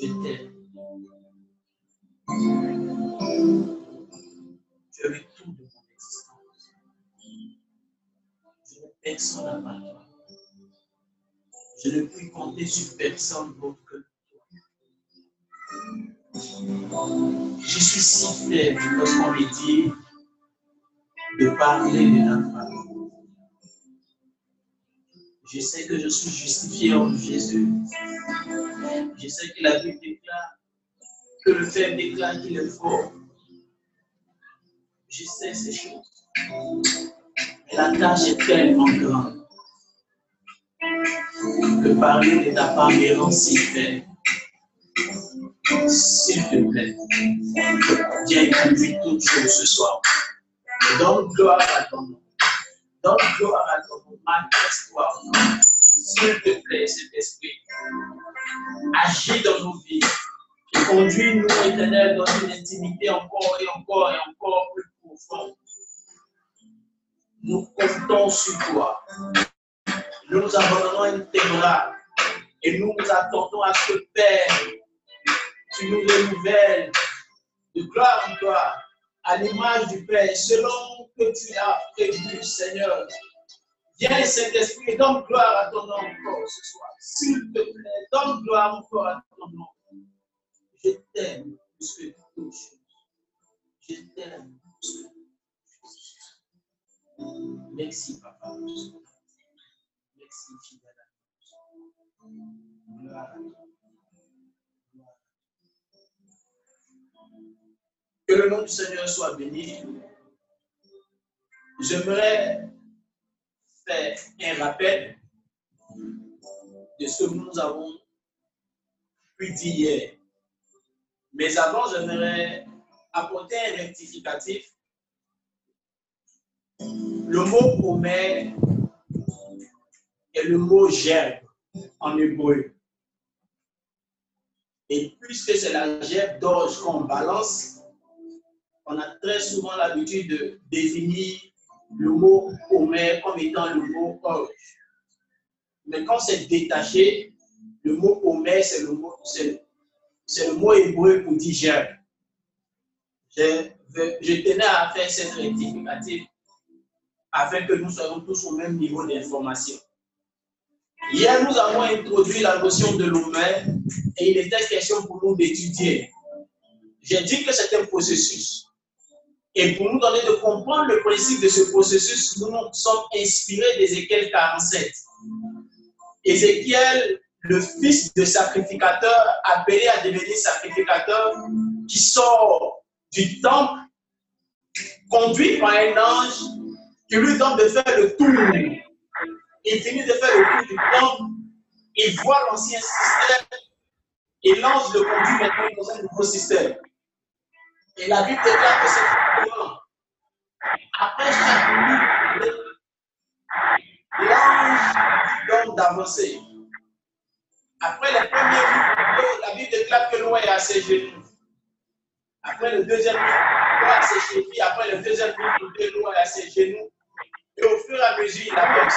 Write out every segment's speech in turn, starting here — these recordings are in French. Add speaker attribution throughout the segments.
Speaker 1: Je t'aime. Tu es le tout de mon existence. Je n'ai personne à part toi. Je ne puis compter sur personne d'autre que toi. Je suis si faible lorsqu'on me dit de parler de la famille. Je sais que je suis justifié en Jésus. Je sais que la Bible déclare que le faible déclare qu'il est fort. Je sais ces choses. Mais la tâche est tellement grande. De parler de ta part me rend si faible. S'il te plaît, viens conduire toutes choses ce soir. Donne gloire à ton nom. Donne gloire à ton nom. Manifeste-toi. S'il te plaît, cet esprit, agis dans nos vies. Et conduis-nous, Éternel, dans une intimité encore et encore et encore plus profonde. Nous comptons sur toi. Nous nous abandonnons à tes bras. Et nous nous attendons à ce que, Père, tu nous renouvelles de gloire en gloire, à l'image du Père, selon que tu as prévu, Seigneur. Viens, Saint-Esprit, et donne gloire à ton nom encore ce soir. S'il te plaît, donne gloire encore à ton nom. Je t'aime plus que toute chose. Je t'aime plus que toute chose. Merci, Papa. Merci, fidèle. Gloire à toi. Que le nom du Seigneur soit béni. J'aimerais faire un rappel de ce que nous avons pu dire hier. Mais avant, j'aimerais apporter un rectificatif. Le mot omer est le mot gerbe en hébreu. Et puisque c'est la gerbe d'orge qu'on balance, on a très souvent l'habitude de définir le mot omer comme étant le mot orge. Mais quand c'est détaché, le mot omer, c'est le mot hébreu pour dire gerbe. Je tenais à faire cette rectificative afin que nous soyons tous au même niveau d'information. Hier, nous avons introduit la notion de l'omer et il était question pour nous d'étudier. J'ai dit que c'est un processus. Et pour nous donner de comprendre le principe de ce processus, nous nous sommes inspirés d'Ézéchiel 47. Ézéchiel, le fils de sacrificateur, appelé à devenir sacrificateur, qui sort du temple, conduit par un ange qui lui donne de faire le tour. Il finit de faire le tour du temple, il voit l'ancien système et l'ange le conduit maintenant dans un nouveau système. Et la Bible déclare que c'est différent. Après chaque nuit, l'ange donne d'avancer. Après les premières nuits, la Bible déclare que Noé est à ses genoux. Après le deuxième nuit, Noé est à ses chevilles. Après le deuxième nuit, Noé est à ses genoux. Et au fur et à mesure, il avance.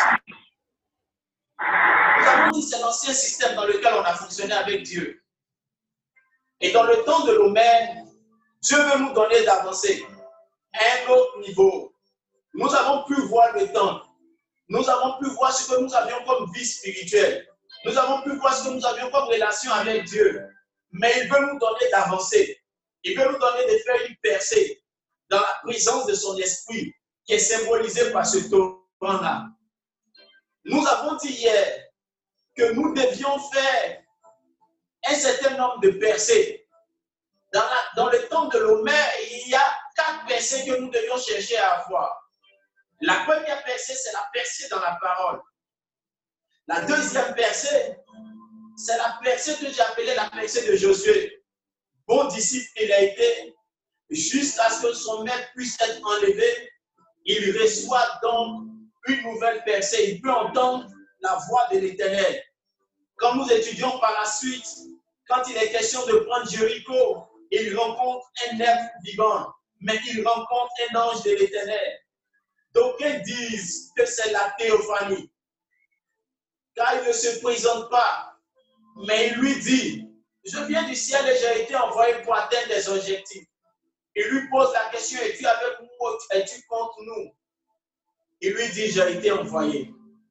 Speaker 1: Nous avons dit que c'est l'ancien système dans lequel on a fonctionné avec Dieu. Et dans le temps de l'Omer, Dieu veut nous donner d'avancer à un autre niveau. Nous avons pu voir le temps. Nous avons pu voir ce que nous avions comme vie spirituelle. Nous avons pu voir ce que nous avions comme relation avec Dieu. Mais il veut nous donner d'avancer. Il veut nous donner de faire une percée dans la présence de son esprit qui est symbolisée par ce torrent-là. Nous avons dit hier que nous devions faire un certain nombre de percées. Dans le temps de l'Omer, il y a 4 percées que nous devions chercher à avoir. La première percée, c'est la percée dans la parole. La deuxième percée, c'est la percée que j'ai appelée la percée de Josué. Bon disciple qu'il a été, jusqu'à ce que son maître puisse être enlevé, il reçoit donc une nouvelle percée. Il peut entendre la voix de l'Éternel. Quand nous étudions par la suite, quand il est question de prendre Jéricho, il rencontre un être vivant, mais il rencontre un ange de l'Éternel. D'aucuns disent que c'est la théophanie, car il ne se présente pas, mais il lui dit, je viens du ciel et j'ai été envoyé pour atteindre des objectifs. Il lui pose la question, es-tu avec nous, es-tu contre nous? Il lui dit, j'ai été envoyé.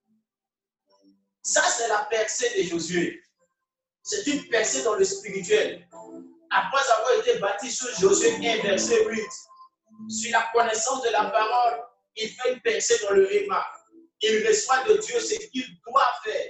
Speaker 1: Ça, c'est la percée de Josué. C'est une percée dans le spirituel. Après avoir été bâti sur Josué 1, verset 8, sur la connaissance de la parole, il fait une percée dans le Réma. Il reçoit de Dieu ce qu'il doit faire.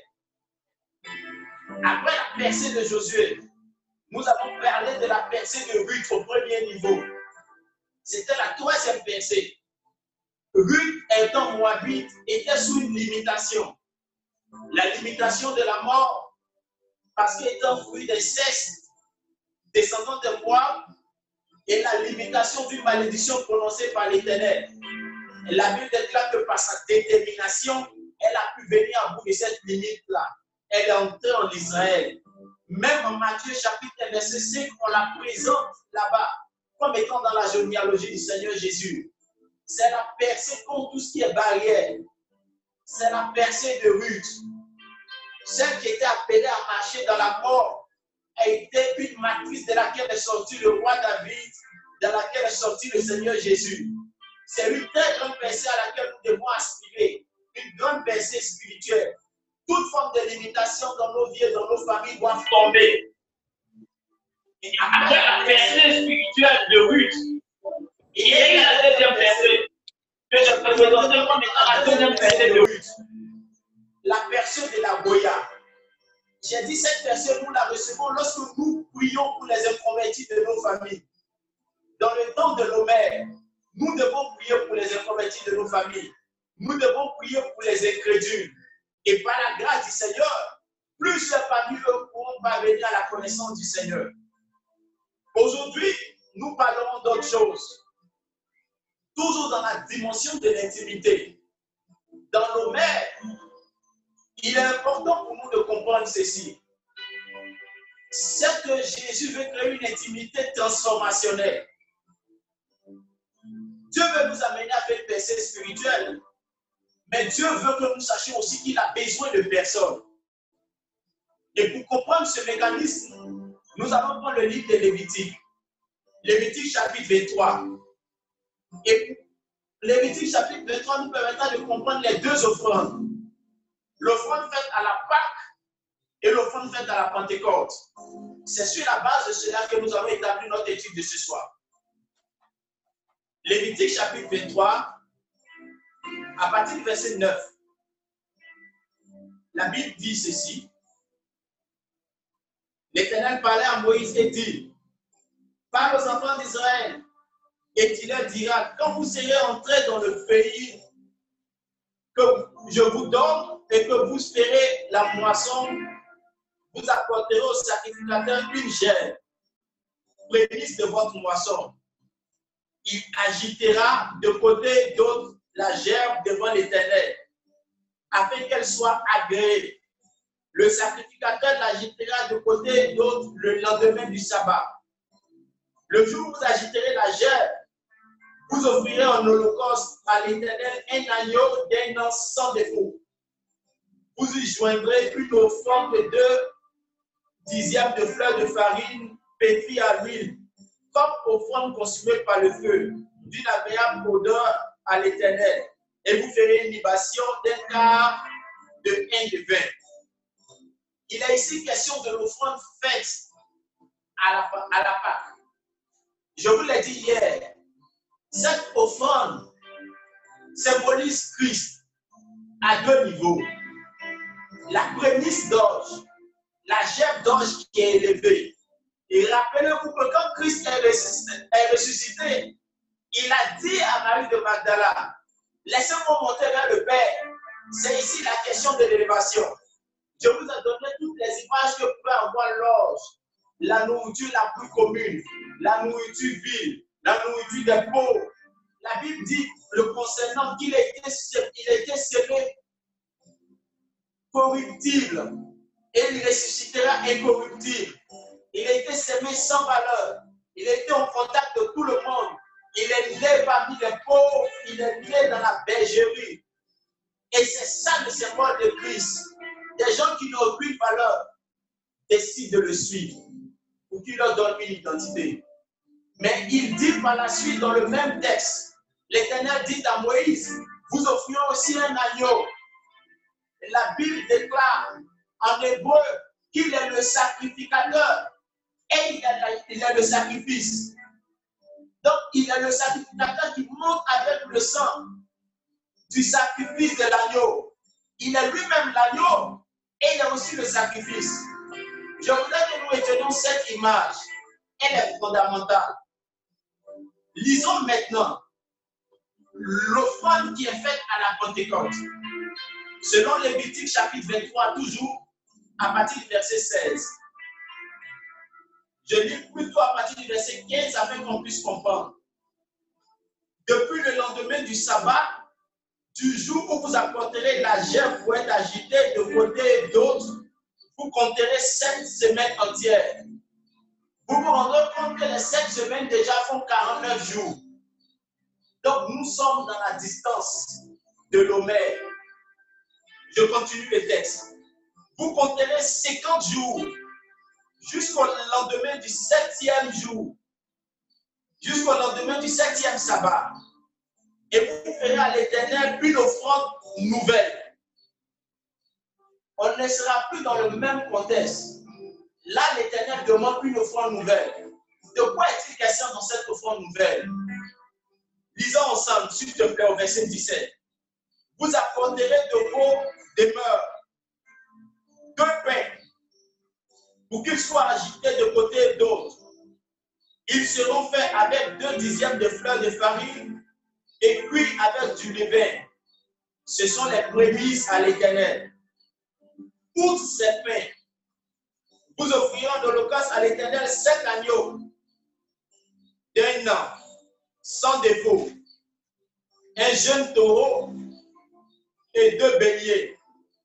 Speaker 1: Après la percée de Josué, nous avons parlé de la percée de Ruth au premier niveau. C'était la troisième percée. Ruth, étant moabite, était sous une limitation. La limitation de la mort, parce qu'étant fruit d'inceste, descendant de Moab, et la limitation d'une malédiction prononcée par l'Éternel. La Bible déclare que par sa détermination, elle a pu venir à bout de cette limite-là. Elle est entrée en Israël. Même en Matthieu chapitre 1, verset 5, on la présente là-bas comme étant dans la généalogie du Seigneur Jésus. C'est la percée contre tout ce qui est barrière. C'est la percée de Ruth. Celle qui était appelée à marcher dans la mort a été une matrice de laquelle est sorti le roi David, de laquelle est sorti le Seigneur Jésus. C'est une très grande percée à laquelle nous devons aspirer. Une grande percée spirituelle. Toute forme de limitation dans nos vies et dans nos familles doit tomber. Et après la percée spirituelle de Ruth, il y a eu la deuxième percée que je peux présenter comme étant la deuxième percée de Ruth. La percée de la Goya. J'ai dit cette percée, nous la recevons lorsque nous prions pour les inconvertis de nos familles. Dans le temps de nos mères, nous devons prier pour les inconvertis de nos familles. Nous devons prier pour les incrédules. Et par la grâce du Seigneur, plusieurs parmi eux pourront parvenir à la connaissance du Seigneur. Aujourd'hui, nous parlerons d'autre chose. Toujours dans la dimension de l'intimité. Dans nos mères, il est important pour nous de comprendre ceci. C'est que Jésus veut créer une intimité transformationnelle. Dieu veut nous amener à faire une percée spirituelle. Mais Dieu veut que nous sachions aussi qu'il a besoin de personnes. Et pour comprendre ce mécanisme, nous allons prendre le livre de Lévitique. Lévitique chapitre 23. Et Lévitique chapitre 23 nous permettra de comprendre les deux offrandes. L'offrande faite à la Pâque et l'offrande faite à la Pentecôte. C'est sur la base de cela que nous allons établir notre étude de ce soir. Lévitique chapitre 23, à partir du verset 9. La Bible dit ceci. L'Éternel parlait à Moïse et dit, parle aux enfants d'Israël, et tu leur diras, quand vous serez entrés dans le pays que je vous donne et que vous ferez la moisson, vous apporterez au sacrificateur une gerbe, prémisse de votre moisson. Il agitera de côté et d'autre la gerbe devant l'Éternel, afin qu'elle soit agréée. Le sacrificateur l'agitera de côté et d'autre le lendemain du sabbat. Le jour où vous agiterez la gerbe, vous offrirez en holocauste à l'Éternel un agneau d'un an sans défaut. Vous y joindrez une offrande de 2 dixièmes de fleurs de farine pétrie à l'huile, comme offrande consumée par le feu, d'une agréable odeur à l'Éternel. Et vous ferez une libation d'un quart de hin de vin. Il est ici question de l'offrande faite à la Pâque. Je vous l'ai dit hier, cette offrande symbolise Christ à 2 niveaux. La prémisse d'orge, la gerbe d'orge qui est élevée. Et rappelez-vous que quand Christ est ressuscité, il a dit à Marie de Magdala, laissez-moi monter vers le Père. C'est ici la question de l'élévation. Je vous ai donné toutes les images que peut avoir l'orge, la nourriture la plus commune, la nourriture vile, la nourriture des pauvres. La Bible dit le concernant qu'il était semé corruptible et il ressuscitera incorruptible. Il a été semé sans valeur. Il était en contact de tout le monde. Il est né parmi les pauvres. Il est né dans la bergerie. Et c'est ça le symbole de Christ. Des gens qui n'ont aucune valeur décident de le suivre. qui leur donne une identité. Mais il dit par la suite dans le même texte, l'Éternel dit à Moïse, vous offrirez aussi un agneau. Et la Bible déclare en hébreu qu'il est le sacrificateur et il est le sacrifice. Donc, il est le sacrificateur qui monte avec le sang du sacrifice de l'agneau. Il est lui-même l'agneau et il est aussi le sacrifice. Je voudrais que nous retenions cette image. Elle est fondamentale. Lisons maintenant l'offrande qui est faite à la Pentecôte. Selon Lévitique chapitre 23, toujours à partir du verset 16. Je lis plutôt à partir du verset 15 afin qu'on puisse comprendre. Depuis le lendemain du sabbat, du jour où vous apporterez la gerbe pour être agitée de côté et d'autre, vous compterez 7 semaines entières. Vous vous rendrez compte que les 7 semaines déjà font 49 jours. Donc nous sommes dans la distance de l'Homère. Je continue le texte. Vous compterez 50 jours jusqu'au lendemain du 7e jour, jusqu'au lendemain du 7e sabbat. Et vous ferez à l'Éternel une offrande nouvelle. On ne sera plus dans le même contexte. Là, l'Éternel demande une offrande nouvelle. De quoi est-il question dans cette offrande nouvelle? Lisons ensemble, s'il te plaît, au verset 17. Vous apporterez de vos demeures 2 pains pour qu'ils soient agités de côté et d'autre. Ils seront faits avec 2 dixièmes de fleurs de farine et cuits avec du levain. Ce sont les prémices à l'Éternel. Outre ces pains, vous offrirez en holocauste à l'Éternel 7 agneaux d'1 an, sans défaut, un jeune taureau et 2 béliers.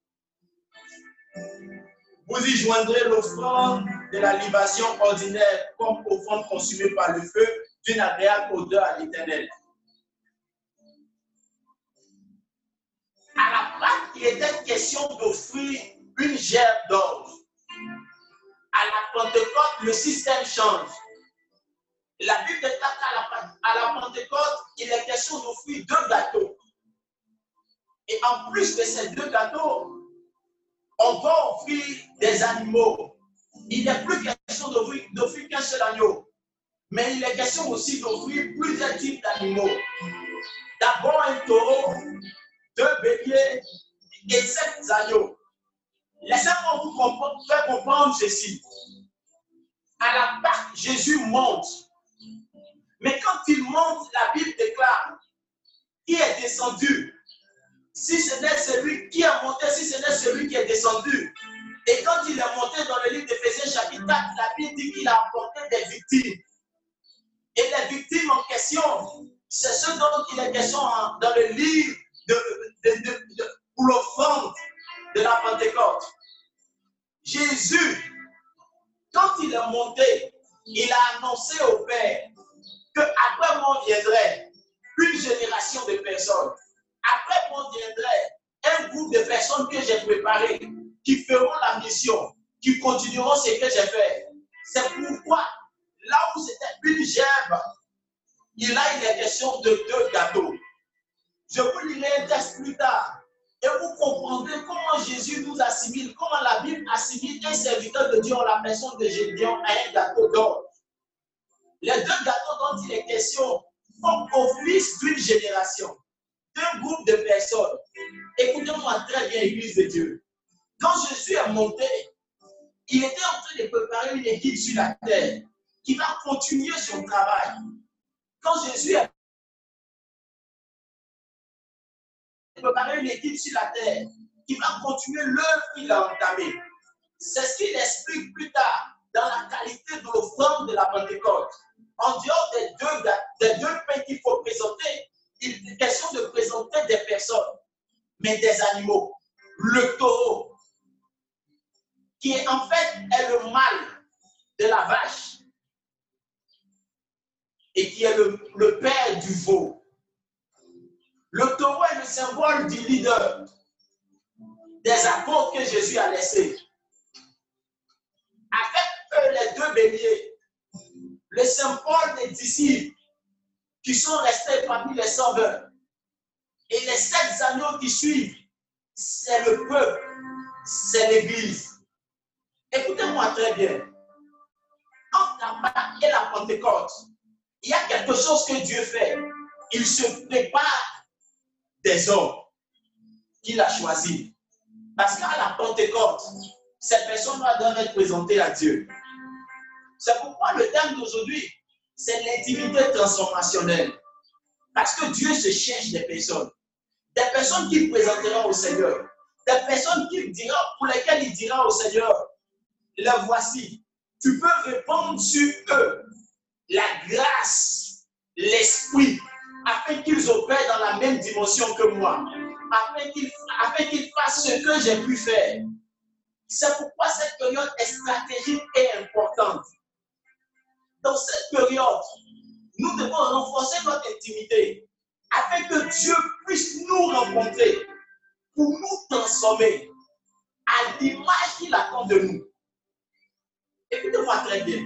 Speaker 1: Vous y joindrez l'offrande de la libation ordinaire comme offrande consumée par le feu d'une agréable odeur à l'Éternel. À la base, il était question d'offrir une gerbe d'orge. À la Pentecôte, le système change. La Bible déclare qu'à la Pentecôte, il est question d'offrir 2 gâteaux. Et en plus de ces 2 gâteaux, on va offrir des animaux. Il n'est plus question d'offrir qu'un seul agneau, mais il est question aussi d'offrir plusieurs types d'animaux. D'abord un taureau, 2 béliers et 7 agneaux. Laissez-moi vous faire comprendre ceci. À la Pâque, Jésus monte. Mais quand il monte, la Bible déclare qu'il est descendu. Si ce n'est celui qui a monté, si ce n'est celui qui est descendu. Et quand il est monté dans le livre d'Éphésiens chapitre 4, la Bible dit qu'il a apporté des victimes. Et les victimes en question, c'est ce dont il est question dans le livre pour l'offrande de la Pentecôte. Jésus, quand il est monté, il a annoncé au Père qu'après moi viendrait une génération de personnes. Après moi viendrait un groupe de personnes que j'ai préparées, qui feront la mission, qui continueront ce que j'ai fait. C'est pourquoi, là où c'était une gerbe, il est question de 2 gâteaux. Je vous lirai un texte plus tard. Et vous comprendrez comment Jésus nous assimile, comment la Bible assimile un serviteur de Dieu en la personne de Gédéon à un gâteau d'or. Les 2 gâteaux dont il est question font office d'une génération, d'un groupe de personnes. Écoutez-moi très bien, Église de Dieu. Quand Jésus est monté, il était en train de préparer une équipe sur la terre qui va continuer son travail. Quand Jésus a préparé une équipe sur la terre qui va continuer l'œuvre qu'il a entamée. C'est ce qu'il explique plus tard dans la qualité de l'offrande de la Pentecôte. En dehors des 2 pains qu'il faut présenter, il est question de présenter des personnes, mais des animaux. Le taureau, qui est en fait le mâle de la vache et qui est le père du veau. Le taureau est le symbole du leader, des apôtres que Jésus a laissés. Avec eux, les 2 béliers, le symbole des disciples qui sont restés parmi les 120. Et les 7 agneaux qui suivent, c'est le peuple, c'est l'Église. Écoutez-moi très bien. Entre la Pâque et la Pentecôte, il y a quelque chose que Dieu fait. Il se prépare des hommes qu'il a choisis. Parce qu'à la Pentecôte, ces personnes doivent être présentées à Dieu. C'est pourquoi le thème d'aujourd'hui, c'est l'intimité transformationnelle. Parce que Dieu se cherche des personnes qui présenteront au Seigneur, des personnes pour lesquelles il dira au Seigneur, les voici, tu peux répondre sur eux la grâce, l'esprit, afin qu'ils opèrent dans la même dimension que moi, afin qu'ils fassent ce que j'ai pu faire. C'est pourquoi cette période est stratégique et importante. Dans cette période, nous devons renforcer notre intimité afin que Dieu puisse nous rencontrer pour nous transformer à l'image qu'il attend de nous. Écoutez-moi très bien.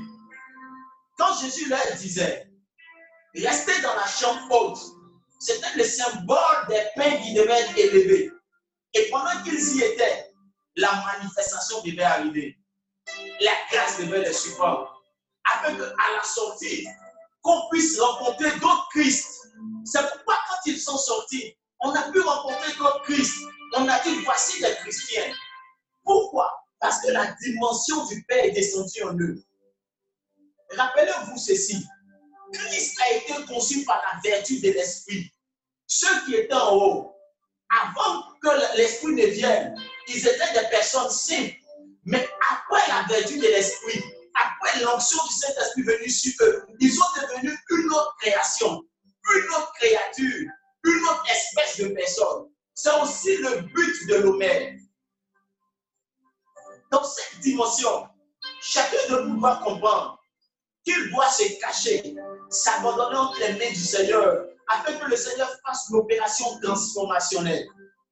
Speaker 1: Quand Jésus leur disait, restez dans la chambre haute, c'était le symbole des pains qui devaient être élevés. Et pendant qu'ils y étaient, la manifestation devait arriver. La grâce devait les surprendre. Afin qu'à la sortie, qu'on puisse rencontrer d'autres Christ. C'est pourquoi quand ils sont sortis, on a pu rencontrer d'autres Christ. On a dit, voici les chrétiens. Pourquoi? Parce que la dimension du Père est descendue en eux. Rappelez-vous ceci. Christ a été conçu par la vertu de l'Esprit. Ceux qui étaient en haut, avant que l'Esprit ne vienne, ils étaient des personnes simples. Mais après la vertu de l'Esprit, après l'onction du Saint-Esprit venue sur eux, ils sont devenus une autre création, une autre créature, une autre espèce de personne. C'est aussi le but de l'Homère. Dans cette dimension, chacun de nous doit comprendre qu'il doit se cacher, s'abandonner entre les mains du Seigneur, afin que le Seigneur fasse l'opération transformationnelle.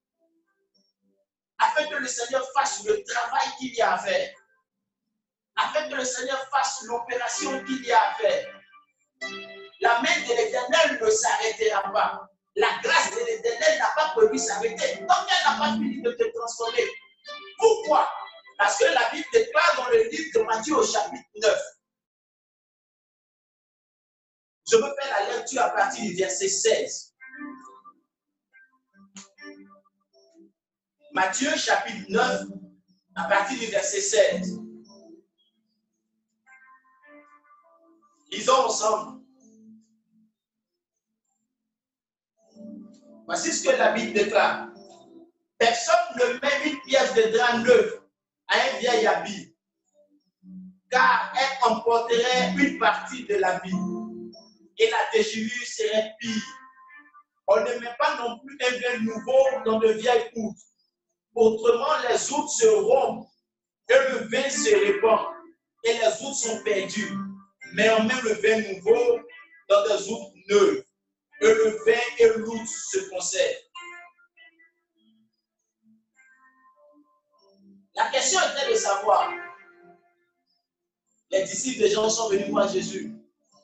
Speaker 1: Afin que le Seigneur fasse le travail qu'il y a à faire. Afin que le Seigneur fasse l'opération qu'il y a à faire. La main de l'Éternel ne s'arrêtera pas. La grâce de l'Éternel n'a pas prévu s'arrêter tant qu'elle n'a pas fini de te transformer. Pourquoi? Parce que la Bible déclare dans le livre de Matthieu au chapitre 9. Je veux faire la lecture à partir du verset 16. Matthieu chapitre 9, à partir du verset 16. Lisons ensemble. Voici ce que la Bible déclare. Personne ne met une pièce de drap neuve à un vieil habit, car elle emporterait une partie de l'habit et la déchirure serait pire. On ne met pas non plus un vin nouveau dans de vieilles outres. Autrement, les outres se rompent et le vin se répand et les outres sont perdues. Mais on met le vin nouveau dans des outres neuves et le vin et l'outre se conservent. La question était de savoir, les disciples de Jean sont venus voir Jésus.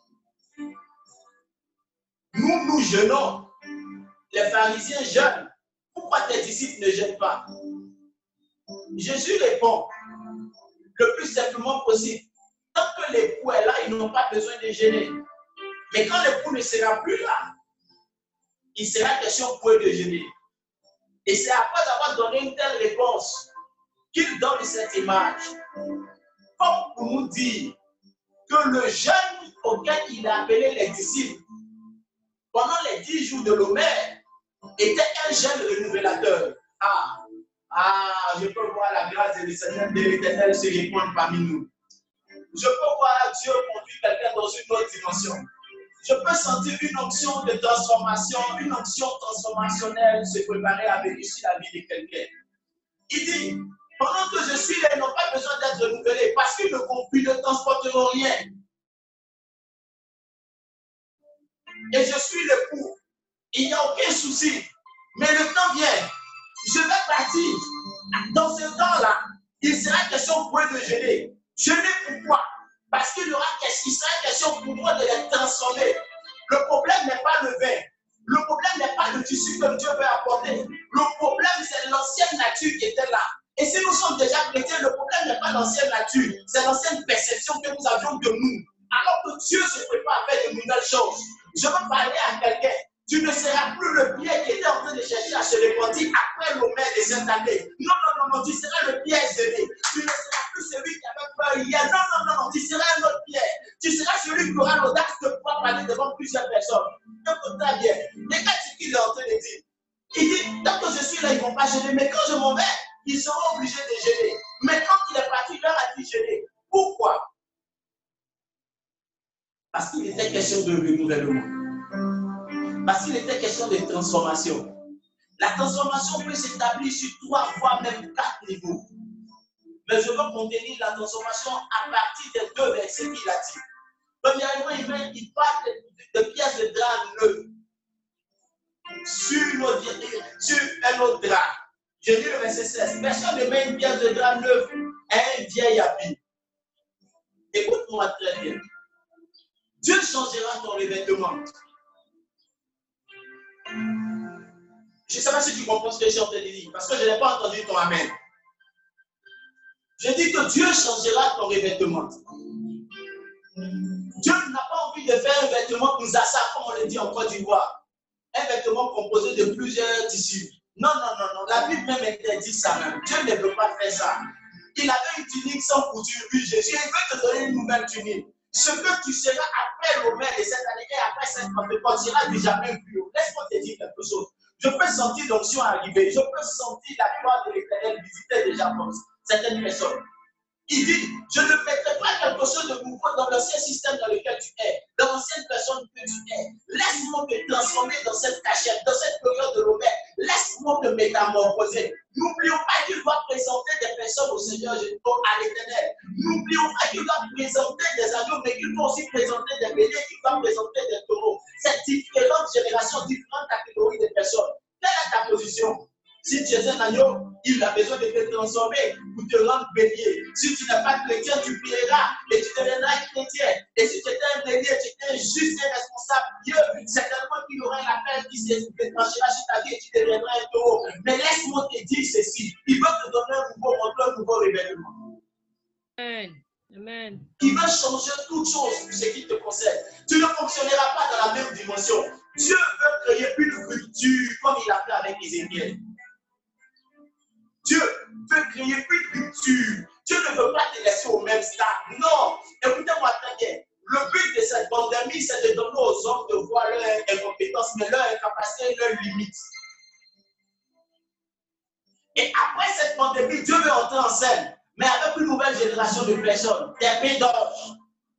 Speaker 1: Nous jeûnons, les pharisiens jeûnent. Pourquoi tes disciples ne jeûnent pas? Jésus répond le plus simplement possible. Tant que l'époux est là, ils n'ont pas besoin de jeûner. Mais quand l'époux ne sera plus là, il sera question pour eux de jeûner. Et c'est après avoir donné une telle réponse qu'il donne cette image. Comme pour nous dire que le jeûne auquel il a appelé les disciples pendant les 10 jours de l'Homère était un jeûne révélateur. Je peux voir la grâce de l'Éternel se répandre parmi nous. Je peux voir Dieu conduire quelqu'un dans une autre dimension. Je peux sentir une onction de transformation, une onction transformationnelle se préparer à venir sur la vie de quelqu'un. Il dit, pendant que je suis là, ils n'ont pas besoin d'être renouvelés parce qu'ils ne transporteront rien. Et je suis l'époux. Il n'y a aucun souci. Mais le temps vient. Je vais partir. Dans ce temps-là, il sera question pour eux de jeûner. Jeûner pourquoi? Parce qu'il y aura question il sera question pour moi de les transformer. Le problème n'est pas le vin. Le problème n'est pas le tissu que Dieu veut apporter. Le problème, c'est l'ancienne nature qui était là. Et si nous sommes déjà chrétiens, le problème n'est pas l'ancienne nature, c'est l'ancienne perception que nous avions de nous. Alors que Dieu se prépare à faire de nouvelles choses. Je veux parler à quelqu'un. Tu ne seras plus le pierre qui était en train de chercher à se répandre après l'omède de cette année. Non, non, non, non, tu seras le pierre zélé. Tu ne seras plus celui qui avait peur hier. Non, non, non, non, tu seras un autre pierre. Tu seras celui qui aura l'audace de pouvoir parler devant plusieurs personnes. Donc, très bien. Regarde ce qu'il est en train de dire. Il dit, tant que je suis là, ils ne vont pas gêner. Mais quand je m'en vais, ils seront obligés de gêner. Mais quand il est parti, il leur a dit gêner. Pourquoi? Parce qu'il était question de renouvellement. Parce qu'il était question de transformation. La transformation peut s'établir sur 3 voire même 4 niveaux. Mais je veux contenir la transformation à partir des 2 versets qu'il a dit. Premièrement, il parle de pièces de drap neuves sur un autre drap. Je lis le verset 16. Personne ne met une pièce de drap neuve à un vieil habit. Écoute-moi très bien. Dieu changera ton revêtement. Je ne sais pas si tu comprends ce que j'ai en train de dire, parce que je n'ai pas entendu ton amen. Je dis que Dieu changera ton revêtement. Dieu n'a pas envie de faire un vêtement Moussassa, comme on le dit en Côte d'Ivoire. Un vêtement composé de plusieurs tissus. Non, non, non, non. La Bible même interdit ça même. Dieu ne veut pas faire ça. Il avait une tunique sans couture. Oui, Jésus, il veut te donner une nouvelle tunique. Ce que tu seras après l'omède de cette année et après cette Pentecôte sera déjà même plus haut. Laisse-moi te dire quelque chose. Je peux sentir l'onction arriver. Je peux sentir la gloire de l'Éternel visiter déjà certaines personnes. Il dit, je ne mettrai pas quelque chose de nouveau dans l'ancien système dans lequel tu es, dans l'ancienne personne que tu es. Laisse-moi te transformer dans cette cachette, dans cette période de l'omède. Laisse-moi te métamorphoser. N'oublions pas qu'il doit présenter des personnes au Seigneur, à l'Éternel. N'oublions pas qu'il doit présenter des agneaux, mais qu'il doit aussi présenter des béliers, qu'il doit présenter des taureaux. C'est différentes générations, différentes catégories de personnes. Quelle est ta position? Si tu es un agneau, il a besoin de te transformer pour te rendre bélier. Si tu n'es pas chrétien, tu prieras et tu deviendras chrétien. Et si tu étais un bélier, tu étais un juste et responsable Dieu, certainement qu'il y aura un appel qui se déclenchera sur ta vie et tu deviendras un taureau. Mais laisse-moi te dire ceci, il veut te donner un nouveau montant, un nouveau révèlement.
Speaker 2: Amen. Amen.
Speaker 1: Il veut changer toutes choses pour ce qui te concerne. Tu ne fonctionneras pas dans la même dimension. Dieu veut créer une rupture comme il a fait avec Ézéchiel. Dieu veut créer une rupture. Dieu ne veut pas te laisser au même stade. Non. Écoutez-moi très bien. Le but de cette pandémie, c'est de donner aux hommes de voir leur incompétence, mais leur incapacité et leurs limites. Et après cette pandémie, Dieu veut entrer en scène, mais avec une nouvelle génération de personnes, des pédophiles.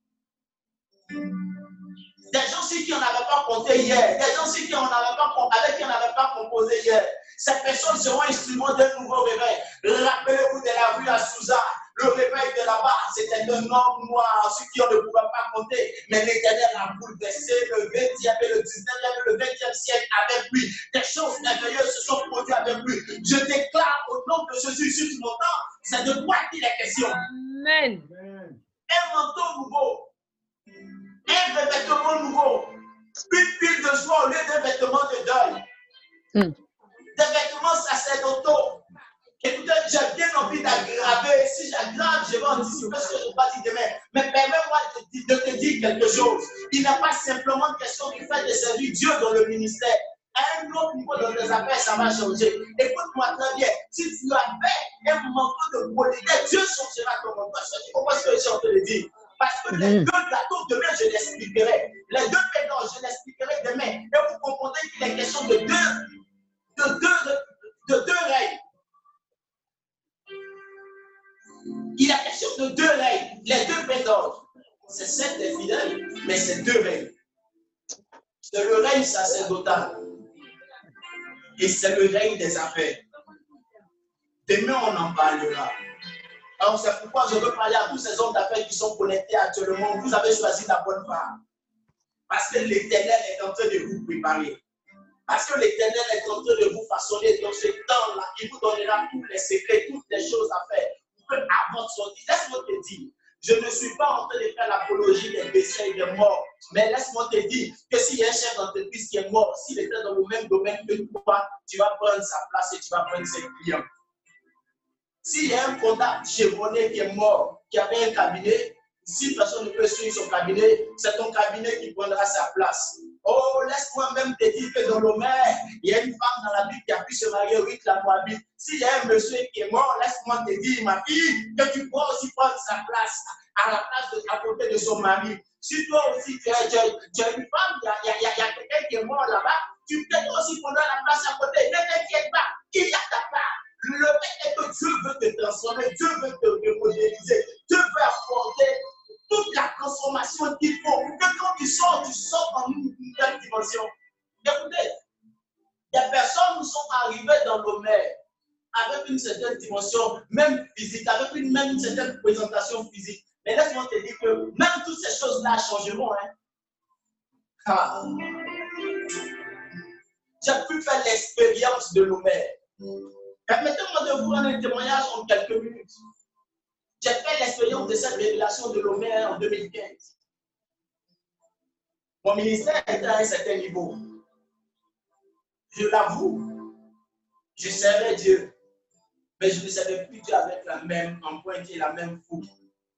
Speaker 1: Des gens qui n'en avaient pas compté hier, des gens qui avec qui on n'avait pas composé hier. Ces personnes seront instruments d'un nouveau réveil. Rappelez-vous de la rue à Souza. Le réveil de là-bas, c'était un homme noir, ceux qui on ne pouvait pas compter. Mais l'Éternel a bouleversé le 20e et le 19e et le 20e siècle avec lui. Des choses merveilleuses se sont produites avec lui. Je déclare au nom de Jésus, si tu m'entends, c'est de quoi qu'il est question.
Speaker 2: Amen.
Speaker 1: Un manteau nouveau. Un revêtement nouveau, une pile de joie au lieu d'un vêtement de deuil, des vêtements sacerdotaux. Écoutez, j'ai bien envie d'aggraver. Si j'aggrave, je vais anticiper ce que je vais dire demain. Mais permets-moi de te dire quelque chose. Il n'est pas simplement question du fait de servir Dieu dans le ministère. À un autre niveau dans tes affaires, ça va changer. Écoute-moi très bien. Si tu avais un manteau de politesse, Dieu changera ton manteau. Tu comprends ce que je suis en train de dire? Parce que les deux gâteaux, demain, je l'expliquerai. Les deux pédants, je l'expliquerai demain. Et vous comprenez qu'il est question de deux règles. Il est question de deux règles. Les deux pédants. C'est celle des fidèles, mais c'est deux règles. C'est le règne sacerdotal. Et c'est le règne des affaires. Demain, on en parlera. Alors, c'est pourquoi je veux parler à tous ces hommes d'affaires qui sont connectés actuellement. Vous avez choisi la bonne part. Parce que l'Éternel est en train de vous préparer. Parce que l'Éternel est en train de vous façonner dans ce temps-là. Il vous donnera tous les secrets, toutes les choses à faire. Vous pouvez à votre sortie. Laisse-moi te dire. Je ne suis pas en train de faire l'apologie des décès et des morts. Mais laisse-moi te dire que s'il y a un chef d'entreprise qui est mort, s'il était dans le même domaine que toi, tu vas prendre sa place et tu vas prendre ses clients. S'il y a un comptable Chevrolet qui est mort, qui avait un cabinet, si personne ne peut suivre son cabinet, c'est ton cabinet qui prendra sa place. Oh, laisse-moi même te dire que dans l'Homère, il y a une femme dans la Bible qui a pu se marier avec la Moabite. S'il y a un monsieur qui est mort, laisse-moi te dire, ma fille, que tu pourras aussi prendre sa place à la place à côté de son mari. Si toi aussi tu es une femme, il y a quelqu'un qui est mort là-bas, tu peux aussi prendre la place à côté. Ne t'inquiète pas, il y a ta part. Le fait est que Dieu veut te transformer, Dieu veut te remodéliser, Dieu veut apporter toute la transformation qu'il faut pour que quand tu sors dans une nouvelle dimension. Écoutez, des personnes sont arrivées dans l'Homère avec une certaine dimension, même physique, avec même une certaine présentation physique. Mais laisse-moi te dire que même toutes ces choses-là changeront. Hein. Ah. J'ai pu faire l'expérience de l'Homère. Permettez-moi de vous rendre un témoignage en quelques minutes. J'ai fait l'expérience de cette révélation de l'Homère en 2015. Mon ministère était à un certain niveau. Je l'avoue, je servais Dieu, mais je ne savais plus Dieu avec la même empreinte et la même fougue.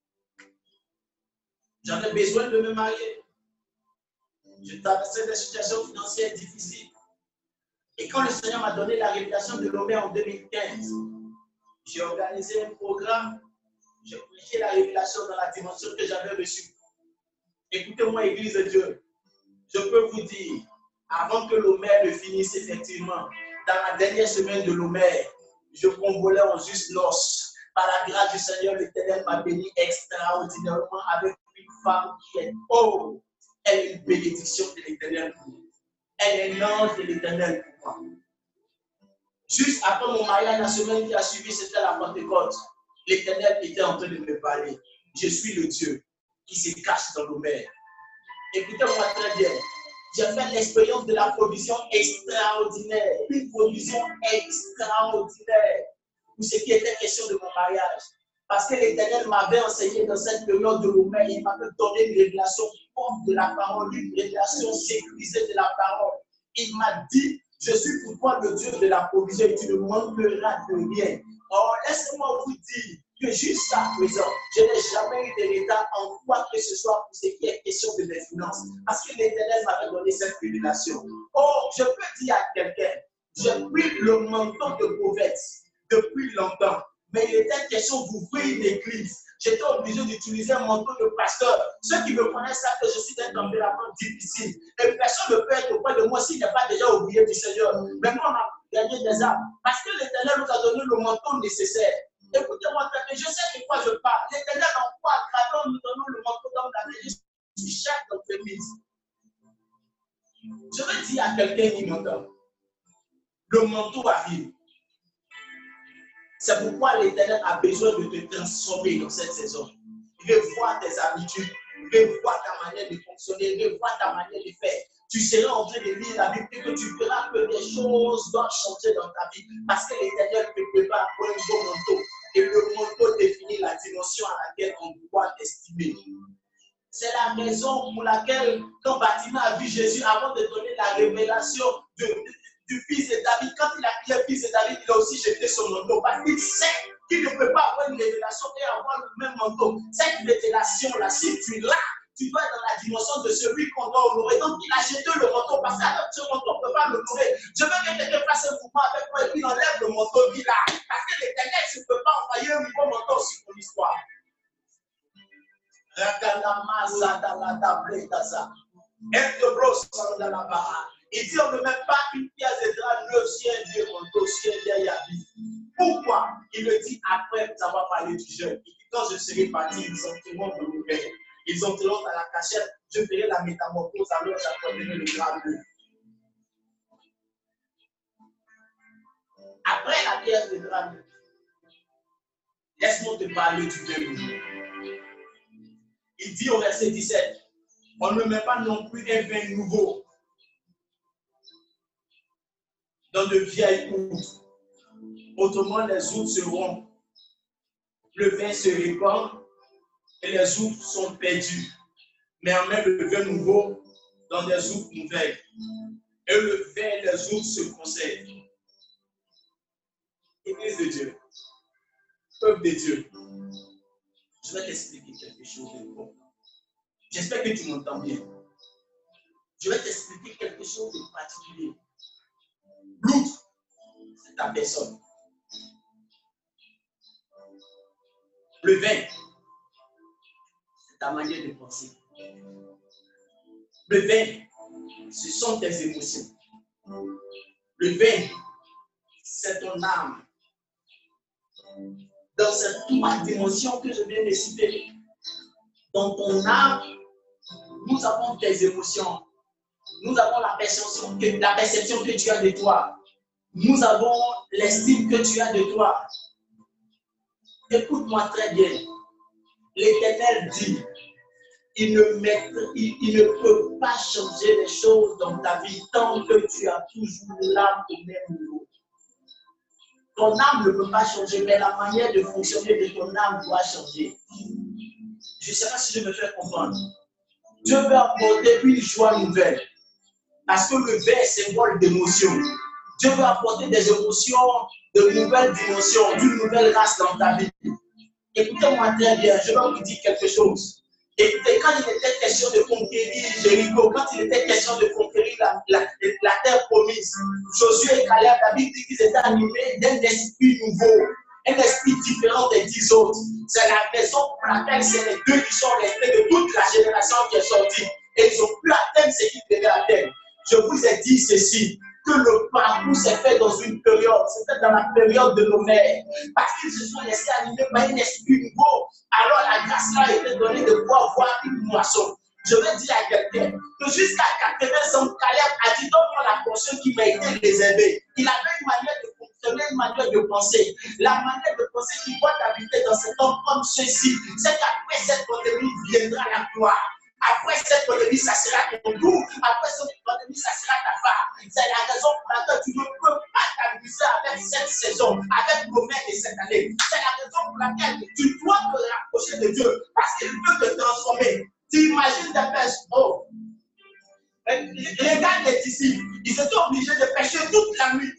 Speaker 1: J'avais besoin de me marier. Je traversais des situations financières difficiles. Et quand le Seigneur m'a donné la révélation de l'Homère en 2015, j'ai organisé un programme. J'ai prêché la révélation dans la dimension que j'avais reçue. Écoutez-moi, Église de Dieu. Je peux vous dire, avant que l'Homère ne finisse effectivement, dans la dernière semaine de l'Homère, je convolais en juste noces. Par la grâce du Seigneur, l'Éternel m'a béni extraordinairement avec une femme qui est, oh, elle est une bénédiction de l'Éternel pour moi. Elle est l'ange de l'Éternel pour moi. Juste après mon mariage, la semaine qui a suivi, c'était la Pentecôte. L'Éternel était en train de me parler. Je suis le Dieu qui se cache dans l'Homère. Écoutez-moi très bien. J'ai fait l'expérience de la provision extraordinaire. Une provision extraordinaire. Pour ce qui était question de mon mariage. Parce que l'Éternel m'avait enseigné dans cette période de l'Homère. Il m'avait donné une révélation forte de la parole, une révélation sécurisée de la parole. Il m'a dit, je suis pour toi le Dieu de la provision et tu ne manqueras de rien. Alors, laissez-moi vous dire que jusqu'à présent, je n'ai jamais eu de l'état en quoi que ce soit pour ce qui est question de mes finances. Parce que l'Éternel m'avait donné cette révélation. Oh, je peux dire à quelqu'un, j'ai pris le manteau de prophète depuis longtemps. Mais il était question d'ouvrir une église. J'étais obligé d'utiliser un manteau de pasteur. Ceux qui me connaissent savent que je suis d'un tempérament difficile. Et personne ne peut être auprès de moi s'il n'est pas déjà oublié du Seigneur. Mais moi, on a gagné des âmes. Parce que l'Éternel nous a donné le manteau nécessaire. Écoutez-moi, je sais de quoi je parle. L'Éternel en quoi à nous donnons le manteau dans la vie sur chaque entreprise. Je veux dire à quelqu'un qui m'entend, le manteau arrive. C'est pourquoi l'Éternel a besoin de te transformer dans cette saison. Revois tes habitudes, revois ta manière de fonctionner, revois ta manière de faire. Tu seras en train de lire la Bible et que tu verras que des choses doivent changer dans ta vie. Parce que l'Éternel te prépare pour un beau manteau. Et le manteau définit la dimension à laquelle on doit t'estimer. C'est la raison pour laquelle, quand Baptiste a vu Jésus, avant de donner la révélation du fils de David, quand il a pris le fils de David, il a aussi jeté son manteau. Parce qu'il sait qu'il ne peut pas avoir une révélation et avoir le même manteau. Cette révélation-là, si tu l'as, tu dois être dans la dimension de celui qu'on doit honorer. Donc, il a jeté le manteau parce qu'avec ce manteau, on ne peut pas l'honorer. Je veux que quelqu'un fasse un mouvement avec moi et puis enlève le manteau qu'il a. Parce que l'Éternel ne peut pas envoyer un nouveau manteau sur ton histoire. Il dit on ne met pas une pièce de drap neuve sur un vieux manteau, sur un vieil habit. Pourquoi? Il le dit après avoir parlé du jeûne. Il dit quand je serai parti, ils entreront dans le père. Ils entreront dans la cachette, je ferai la métamorphose, alors j'apporterai le drap neuf. Après la pièce de drap neuf, laisse-moi te parler du vin. Il dit au verset 17, on ne met pas non plus un vin nouveau dans de vieilles outres. Autrement, les outres se rompent. Le vin se répand et les outres sont perdues. Mais emmène le vin nouveau dans des outres nouvelles. Et le vin et les outres se conservent. Église de Dieu, peuple de Dieu, je vais t'expliquer quelque chose de bon. J'espère que tu m'entends bien. Je vais t'expliquer quelque chose de particulier. L'outre, c'est ta personne. Le vin, c'est ta manière de penser. Le vin, ce sont tes émotions. Le vin, c'est ton âme. Dans ces trois dimensions que je viens de citer, dans ton âme, nous avons tes émotions. Nous avons la perception que tu as de toi. Nous avons l'estime que tu as de toi. Écoute-moi très bien. L'Éternel dit, il ne peut pas changer les choses dans ta vie tant que tu as toujours l'âme au même niveau. Ton âme ne peut pas changer, mais la manière de fonctionner de ton âme doit changer. Je ne sais pas si je me fais comprendre. Dieu veut apporter une joie nouvelle. Parce que le vin est symbole d'émotion. Dieu veut apporter des émotions, de nouvelles dimensions, d'une nouvelle race dans ta vie. Écoutez-moi très bien, je vais vous dire quelque chose. Écoutez, quand il était question de conquérir Jéricho, quand il était question de conquérir la terre promise, Josué et Caleb, la Bible dit qu'ils étaient animés d'un esprit nouveau, un esprit différent des 10 autres. C'est la raison pour laquelle c'est les deux qui sont restés de toute la génération qui est sortie. Et ils ont pu atteindre ce qu'ils devaient atteindre. Je vous ai dit ceci, que le parcours s'est fait dans une période, c'était dans la période de nos mères, parce qu'ils se sont laissés animer par un esprit nouveau. Alors la grâce là a été donnée de pouvoir voir une moisson. Je vais dire à quelqu'un que jusqu'à 80 ans, Caleb a dit donne-moi la portion qui m'a été réservée. Il avait une manière de fonctionner, une manière de penser. La manière de penser qui doit habiter dans cet homme comme ceci, c'est qu'après cette pandémie viendra la gloire. Après cette pandémie, ça sera ton tour. Après cette pandémie, ça sera ta part. C'est la raison pour laquelle tu ne peux pas t'amuser avec cette saison, avec le maître de cette année. C'est la raison pour laquelle tu dois te rapprocher de Dieu parce qu'il peut te transformer. Tu imagines des pêches. Oh, les gars des disciples, ils étaient obligés de pêcher toute la nuit.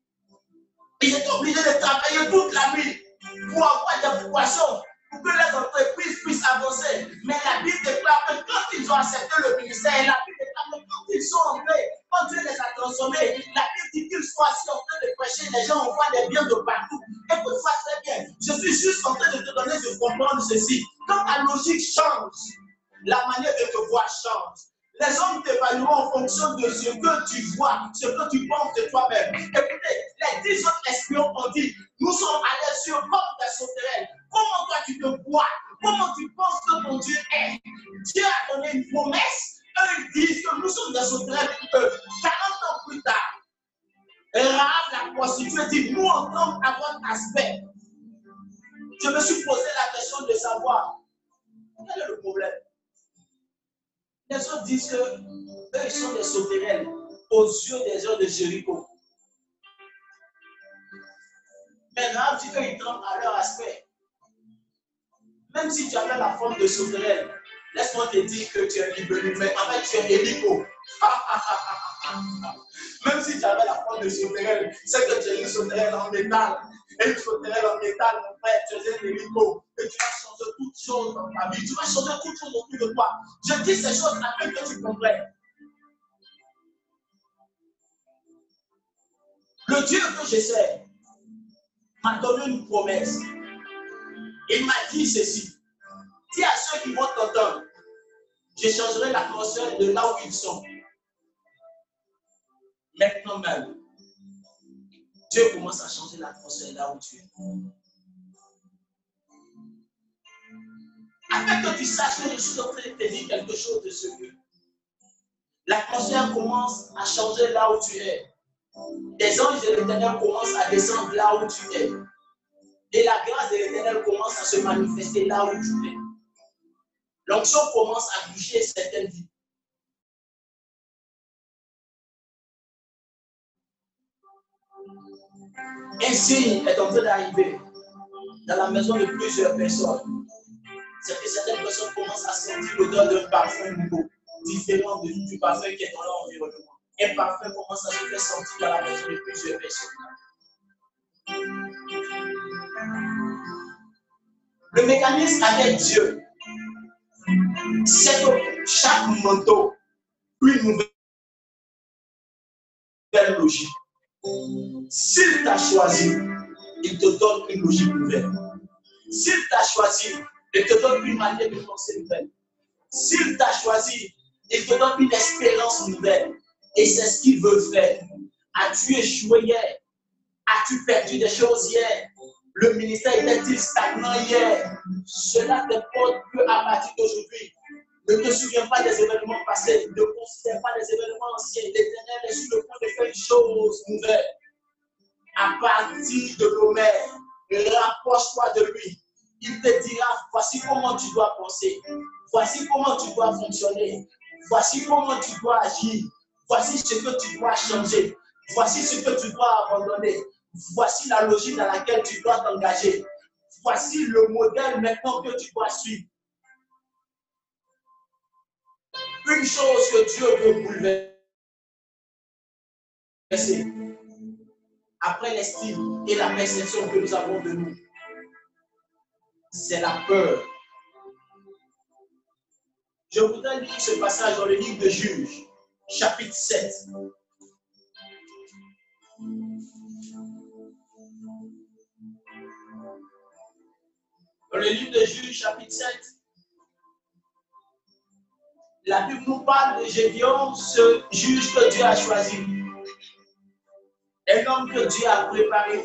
Speaker 1: Ils étaient obligés de travailler toute la nuit pour avoir des poissons, pour que les entreprises puissent avancer. Mais la Bible déclare que quand ils ont accepté le ministère, la Bible déclare que quand ils sont entrés, quand Dieu les a transformés, la Bible dit qu'ils sont assis en train de prêcher, les gens envoient des biens de partout. Écoute-moi très bien, je suis juste en train de te donner de comprendre ceci. Quand ta logique change, la manière de te voir change. Les hommes t'évalueront en fonction de ce que tu vois, ce que tu penses de toi-même. Écoutez, les 10 autres espions ont dit, nous sommes allés sur le bord des sauterelles. Comment toi tu te vois? Comment tu penses que ton Dieu est? Dieu a donné une promesse. Eux ils disent que nous sommes des sauterelles. 40 ans plus tard, Rahab la prostituée dit, nous entendons à votre aspect. Je me suis posé la question de savoir, quel est le problème? Les autres disent qu'eux, ils sont des sauterelles aux yeux des gens de Jéricho. Mais Rahab dit qu'ils tremblent à leur aspect. Même si tu avais la forme de sauterelle, laisse-moi te dire que tu es libéré, mais en fait tu es hélico. Même si tu avais la forme de sauterelle, c'est que tu es une sauterelle en métal. Et une sauterelle en métal, mon frère, tu es un hélico. Et tu vas changer toutes choses dans ta vie. Tu vas changer toutes choses autour de toi. Je dis ces choses afin que tu comprennes. Le Dieu que je sais m'a donné une promesse. Il m'a dit ceci. Dis à ceux qui vont t'entendre, je changerai l'atmosphère de là où ils sont. Maintenant même, Dieu commence à changer l'atmosphère là où tu es. Afin que tu saches que je suis en train de te dire quelque chose de ce lieu. L'atmosphère commence à changer là où tu es. Des anges de l'Éternel commencent à descendre là où tu es. Et la grâce de l'Éternel commence à se manifester là où tu es. L'onction commence à toucher certaines vies. Un signe est en train d'arriver dans la maison de plusieurs personnes. c'est que certaines personnes commencent à sentir l'odeur d'un parfum nouveau, différent du parfum qui est dans leur environnement. Un parfum commence à se faire sentir dans la maison de plusieurs personnes. Le mécanisme avec Dieu, c'est que chaque manteau, une nouvelle logique. S'il t'a choisi, il te donne une logique nouvelle. S'il t'a choisi, il te donne une manière de penser nouvelle. S'il t'a choisi, il te donne une espérance nouvelle. Et c'est ce qu'il veut faire. As-tu échoué hier? As-tu perdu des choses hier? Le ministère était-il stagnant hier? Cela t'importe que à partir d'aujourd'hui. Ne te souviens pas des événements passés. Ne considère pas les événements anciens. L'Éternel est sur le point de faire une chose nouvelle. À partir de l'Homère, rapproche-toi de lui. Il te dira, voici comment tu dois penser. Voici comment tu dois fonctionner. Voici comment tu dois agir. Voici ce que tu dois changer. Voici ce que tu dois abandonner. Voici la logique dans laquelle tu dois t'engager. Voici le modèle maintenant que tu dois suivre. Une chose que Dieu veut bouleverser après l'estime et la perception que nous avons de nous, c'est la peur. Je voudrais lire ce passage dans le livre de Juges, chapitre 7. Dans le livre de Juges, chapitre 7, la Bible nous parle de Gédéon, ce juge que Dieu a choisi. Un homme que Dieu a préparé.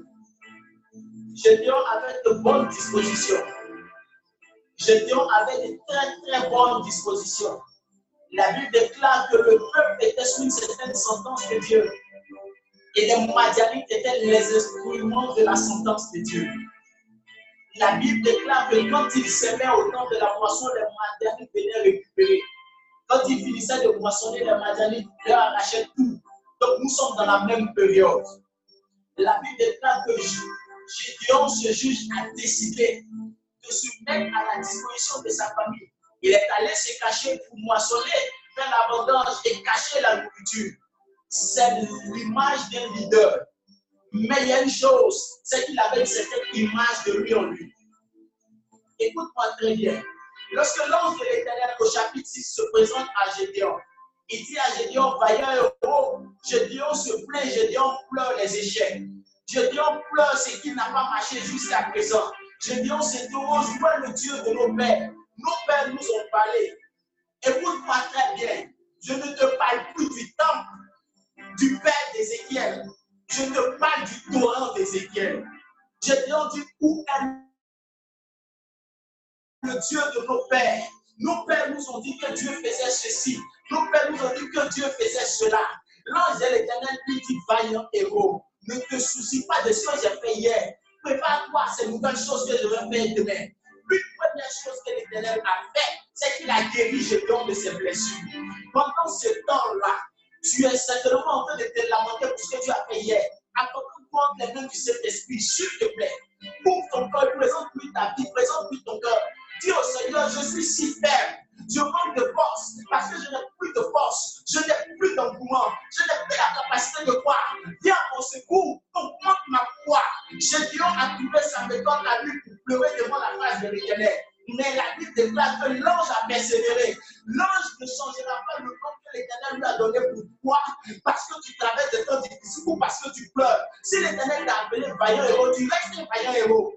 Speaker 1: Gédéon avait de bonnes dispositions. Gédéon avait de très bonnes dispositions. La Bible déclare que le peuple était sous une certaine sentence de Dieu. Et les Madianites étaient les instruments de la sentence de Dieu. La Bible déclare que quand ils s'aimaient au temps de la moisson, les Madianites venaient récupérer. Quand ils finissaient de moissonner, les Madianites leur arrachaient tout. Donc nous sommes dans la même période. La Bible déclare que Gédéon, ce juge, a décidé de se mettre à la disposition de sa famille. Il est allé se cacher pour moissonner, faire l'abondance et cacher la nourriture. C'est l'image d'un leader. Mais il y a une chose, c'est qu'il avait une certaine image de lui en lui. Écoute-moi très bien. Lorsque l'ange de l'Éternel au chapitre 6 se présente à Gédéon, il dit à Gédéon, vaillant héros, Gédéon se plaint, Gédéon pleure les échecs. Gédéon pleure ce qui n'a pas marché jusqu'à présent. Gédéon s'interroge, où est le Dieu de nos pères? Nos pères nous ont parlé. Écoute-moi très bien. Je ne te parle plus du temple du père d'Ézéchiel. Je te parle du torrent d'Ézéchiel. Gédéon dit, où est le Dieu de nos pères? Nos pères nous ont dit que Dieu faisait ceci. Nos pères nous ont dit que Dieu faisait cela. L'ange de l'Éternel lui dit, vaillant héros, ne te soucie pas de ce que j'ai fait hier. Prépare-toi à ces nouvelles choses que je vais faire demain. Une première chose que l'Éternel a fait, c'est qu'il a guéri Gédéon de ses blessures. Pendant ce temps-là, tu es certainement en train de te lamenter pour ce que tu as fait hier. Accorde-toi entre les mains du Saint-Esprit, s'il te plaît. Ouvre ton cœur, présente-lui ta vie, présente-lui ton cœur. Dis au Seigneur, je suis si faible. Je manque de force parce que je n'ai plus de force. Je n'ai plus d'engouement. Je n'ai plus la capacité de croire. Viens à mon secours. Augmente ma foi. Gédéon a trouvé sa méthode à lui pour pleurer devant la face de l'Éternel. Mais la Bible déclare que l'ange a persévéré. L'ange ne changera pas le nom que l'Éternel lui a donné pour toi parce que tu traverses des temps difficiles ou parce que tu pleures. Si l'Éternel t'a appelé vaillant héros, tu restes un vaillant héros.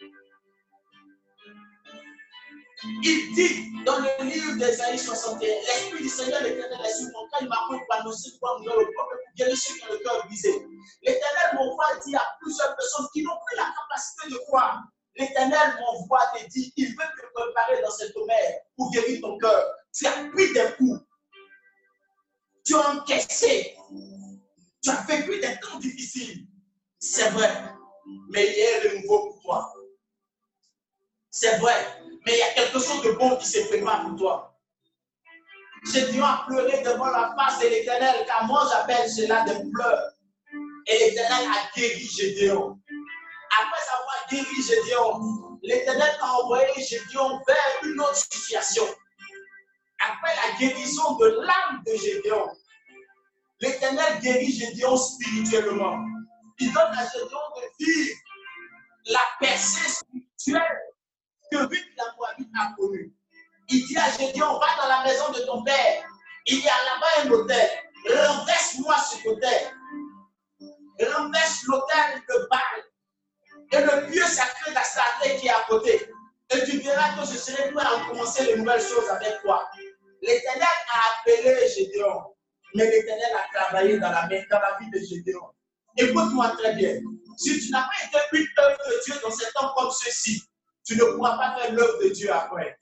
Speaker 1: Il dit dans le livre d'Ésaïe 61, l'Esprit du Seigneur l'Éternel est sur mon cœur, il m'a appris pour annoncer quoi nous le peuple pour guérir ceux qui ont le cœur brisé. L'Éternel m'envoie dire à plusieurs personnes qui n'ont plus la capacité de croire. L'Éternel m'envoie te dire, il veut te préparer dans cette mer pour guérir ton cœur. Tu as pris des coups. Tu as encaissé. Tu as vécu des temps difficiles. C'est vrai. Mais il y a le nouveau pour toi. C'est vrai. Mais il y a quelque chose de bon qui se prépare pour toi. Gédéon a pleuré devant la face de l'Éternel, car moi j'appelle cela des pleurs. Et l'Éternel a guéri Gédéon. Après avoir guéri Gédéon, l'Éternel a envoyé Gédéon vers une autre situation. Après la guérison de l'âme de Gédéon, l'Éternel guérit Gédéon spirituellement. Il donne à Gédéon de vivre la percée spirituelle que Ruth la Moabite a connue. Il dit à Gédéon, va dans la maison de ton père. Il y a là-bas un autel. Renverse-moi cet autel. Renverse l'autel de Baal et le lieu sacré d'Astarté qui est à côté. Et tu verras que je serai prêt à recommencer les nouvelles choses avec toi. L'Éternel a appelé Gédéon, mais l'Éternel a travaillé dans la vie de Gédéon. Écoute-moi très bien. Si tu n'as pas été une œuvre de Dieu dans ces temps comme ceux-ci, tu ne pourras pas faire l'œuvre de Dieu après.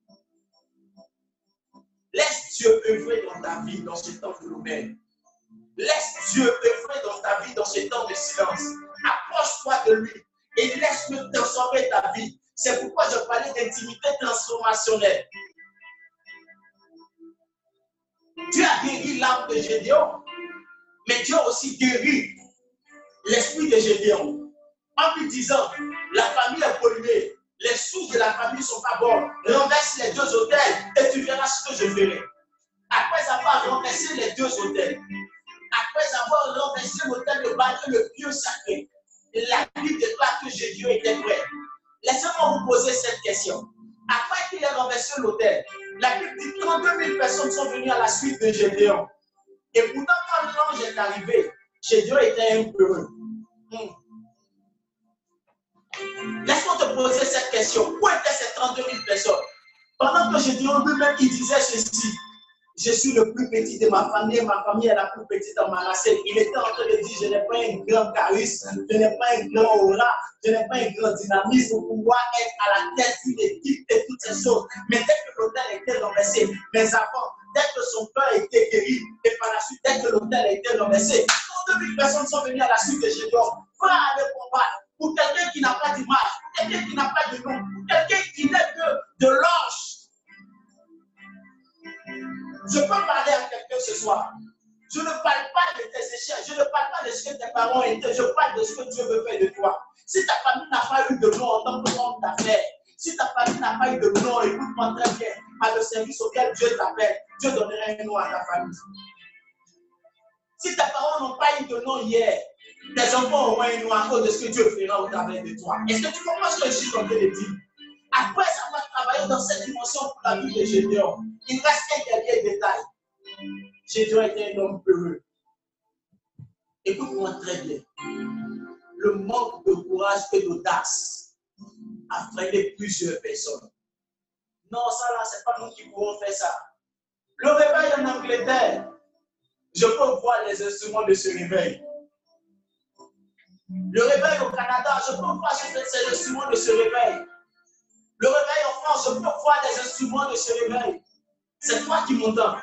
Speaker 1: Laisse Dieu œuvrer dans ta vie dans ce temps de l'aubaine. Laisse Dieu œuvrer dans ta vie dans ce temps de silence. Approche-toi de lui et laisse-le transformer ta vie. C'est pourquoi je parlais d'intimité transformationnelle. Dieu a guéri l'âme de Gédéon, mais Dieu a aussi guéri l'esprit de Gédéon en lui disant, la famille est polluée, les sources de la famille ne sont pas bonnes, renverse les deux autels et tu verras ce que je ferai. Après avoir renversé les deux autels, après avoir renversé l'autel de Baal et le lieu sacré, la Bible déclare que Gédéon était prêt. Laissez-moi vous poser cette question. Après qu'il ait renversé l'autel, la Bible dit 32 000 personnes sont venues à la suite de Gédéon. Et pourtant, quand l'ange est arrivé, Gédéon était un peu. Laisse-moi te poser cette question. Où étaient ces 32 000 personnes? Pendant que Gédéon lui-même, il disait ceci. Je suis le plus petit de ma famille est la plus petite en Manassé. Il était en train de dire, je n'ai pas un grand charisme, je n'ai pas un grand aura, je n'ai pas un grand dynamisme pour pouvoir être à la tête d'une équipe et toutes ces choses. Mais dès que l'autel était renversé, mais avant, dès que son cœur était guéri, et par la suite, dès que l'autel a été renversé, 32 000 personnes sont venues à la suite de Gédéon. Va aller combattre pour quelqu'un qui n'a pas d'image, quelqu'un qui n'a pas de nom, quelqu'un qui n'est que de l'ange. Je peux parler à quelqu'un ce soir. Je ne parle pas de tes échecs, je ne parle pas de ce que tes parents étaient, je parle de ce que Dieu veut faire de toi. Si ta famille n'a pas eu de nom en tant qu'homme d'affaires, si ta famille n'a pas eu de nom, écoute-moi très bien, à le service auquel Dieu t'appelle, Dieu donnerait un nom à ta famille. Si tes parents n'ont pas eu de nom hier, tes enfants auront un nom à cause de ce que Dieu fera au travers de toi. Est-ce que tu comprends ce que je suis en train de dire? Après avoir travaillé dans cette dimension pour la vie de Gédéon, il reste un dernier détail. Gédéon était un homme heureux. Écoute-moi très bien. Le manque de courage et d'audace a freiné plusieurs personnes. Non, ça là, ce n'est pas nous qui pouvons faire ça. Le réveil en Angleterre, je peux voir les instruments de ce réveil. Le réveil au Canada, je peux voir ces instruments de ce réveil. Le réveil en France, je peux voir les instruments de ce réveil. C'est toi qui m'entends.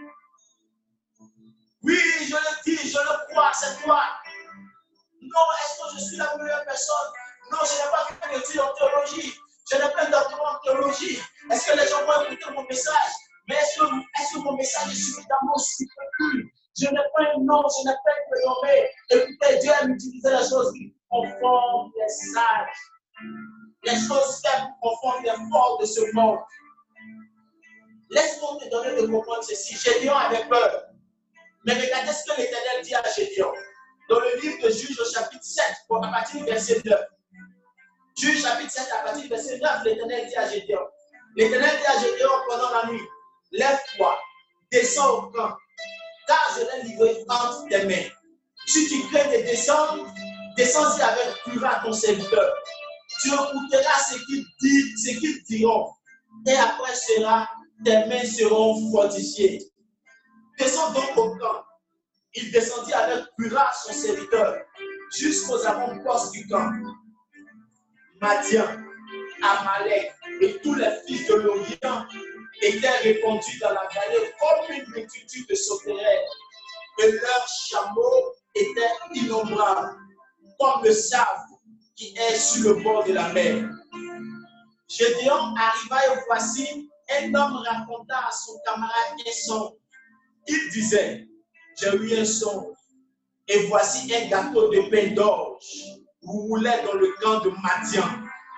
Speaker 1: Oui, je le dis, je le crois, c'est toi. Non, est-ce que je suis la meilleure personne? Non, je n'ai pas fait d'études en théologie. Je n'ai pas de doctorat en théologie. Est-ce que les gens vont écouter mon message? Mais est-ce que mon message est suffisamment supérieur? Je n'ai pas un nom, je n'ai pas un prénommé. Écoutez, Dieu aime utiliser les choses qui conforment les sages. Les choses faibles confondent les forts de ce monde. Laisse-moi te donner de comprendre ceci. Gédéon avait peur. Mais regardez ce que l'Éternel dit à Gédéon. Dans le livre de Juges au chapitre 7, à partir du verset 9. Juges chapitre 7, à partir du verset 9, l'Éternel dit à Gédéon. L'Éternel dit à Gédéon pendant la nuit, lève-toi, descends au camp, car je l'ai livré entre tes mains. Si tu crains de descendre, descends-y avec Pura ton serviteur. Tu écouteras ce qu'ils diront. Et après cela, tes mains seront fortifiées. Descends donc au camp. Il descendit avec Pura son serviteur jusqu'aux avant-postes du camp. Madian, Amalek et tous les fils de l'Orient étaient répandus dans la vallée comme une multitude de sauterelles. Et leurs chameaux étaient innombrables, comme le sable qui est sur le bord de la mer. Gédéon arriva et voici, un homme raconta à son camarade un songe. Il disait, j'ai eu un songe, et voici un gâteau de pain d'orge roulait dans le camp de Madian.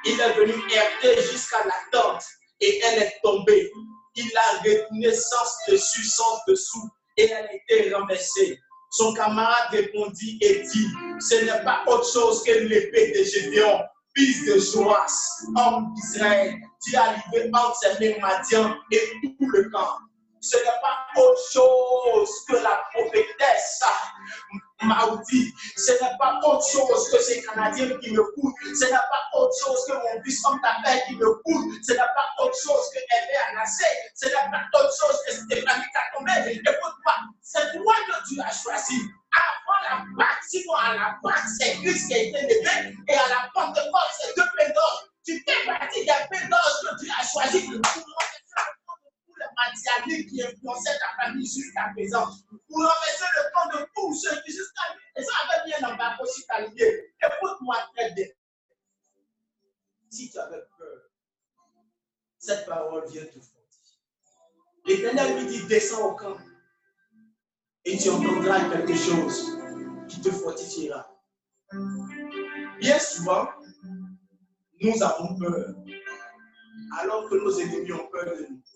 Speaker 1: Il est venu heurter jusqu'à la tente et elle est tombée. Il a retourné sens dessus, sens dessous et elle a été renversée. Son camarade répondit et dit, ce n'est pas autre chose que l'épée de Gédéon, fils de Joas, homme d'Israël, qui est arrivé entre ses mains Madian et tout le camp. Ce n'est pas autre chose que la prophétesse maudite. Ce n'est pas autre chose que ces Canadiens qui me coûtent. Ce n'est pas autre chose que mon fils homme d'affaires qui me coûte. Ce n'est pas autre chose que Hervé a nassé. Ce n'est pas autre chose que Stéphanie qui a tombé. Écoute-moi, c'est toi que tu as choisi. Avant la Pâque, sinon à la Pâque, c'est Christ qui a été levé. Et à la Pentecôte, c'est deux pédales. Tu fais partie des pédales que tu as choisi pour le matianique qui influençait ta famille jusqu'à présent. Pour renverser le camp de tous ceux qui jusqu'à présent avaient bien embarqué sur ta lignée. Écoute-moi très bien. Si tu avais peur, cette parole vient te fortifier. L'Éternel lui dit, descends au camp et tu entendras quelque chose qui te fortifiera. Bien souvent, nous avons peur, alors que nos ennemis ont peur de nous.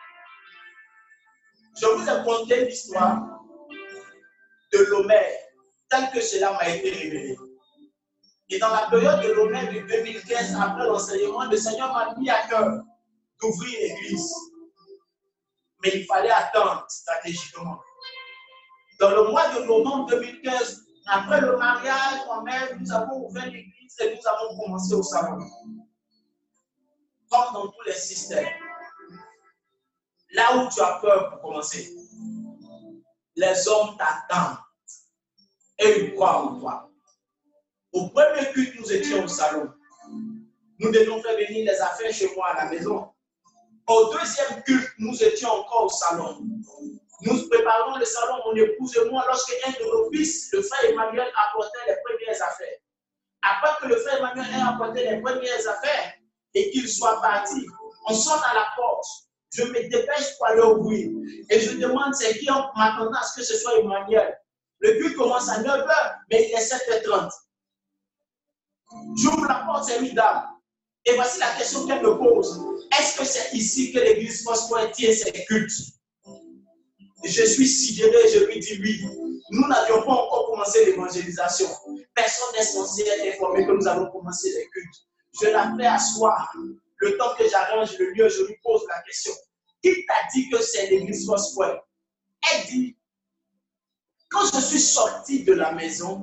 Speaker 1: Je vous ai conté l'histoire de l'Homère, telle que cela m'a été révélé. Et dans la période de l'Homère de 2015, après l'enseignement, le Seigneur m'a mis à cœur d'ouvrir l'église. Mais il fallait attendre stratégiquement. Dans le mois de novembre 2015, après le mariage, moi-même, nous avons ouvert l'église et nous avons commencé au salon. Comme dans tous les systèmes. Là où tu as peur pour commencer, les hommes t'attendent et ils croient en toi. Au premier culte, nous étions au salon. Nous devions faire venir les affaires chez moi à la maison. Au deuxième culte, nous étions encore au salon. Nous préparons le salon, mon épouse et moi, lorsque un de nos fils, le frère Emmanuel, apportait les premières affaires. Après que le frère Emmanuel ait apporté les premières affaires et qu'il soit parti, on sonne à la porte. Je me dépêche pour aller ouvrir. Et je demande c'est qui en m'attendant à ce que ce soit Emmanuel. Le but commence à 9h, mais il est 7h30. J'ouvre la porte, c'est une dame. Et voici la question qu'elle me pose. Est-ce que c'est ici que l'église Foursquare tient ses cultes? Je suis sidéré, je lui dis oui. Nous n'avions pas encore commencé l'évangélisation. Personne n'est censé être informé que nous avons commencé les cultes. Je la fais asseoir. Le temps que j'arrange le lieu, je lui pose la question. Qui t'a dit que c'est l'église Foursquare? Elle dit, quand je suis sorti de la maison,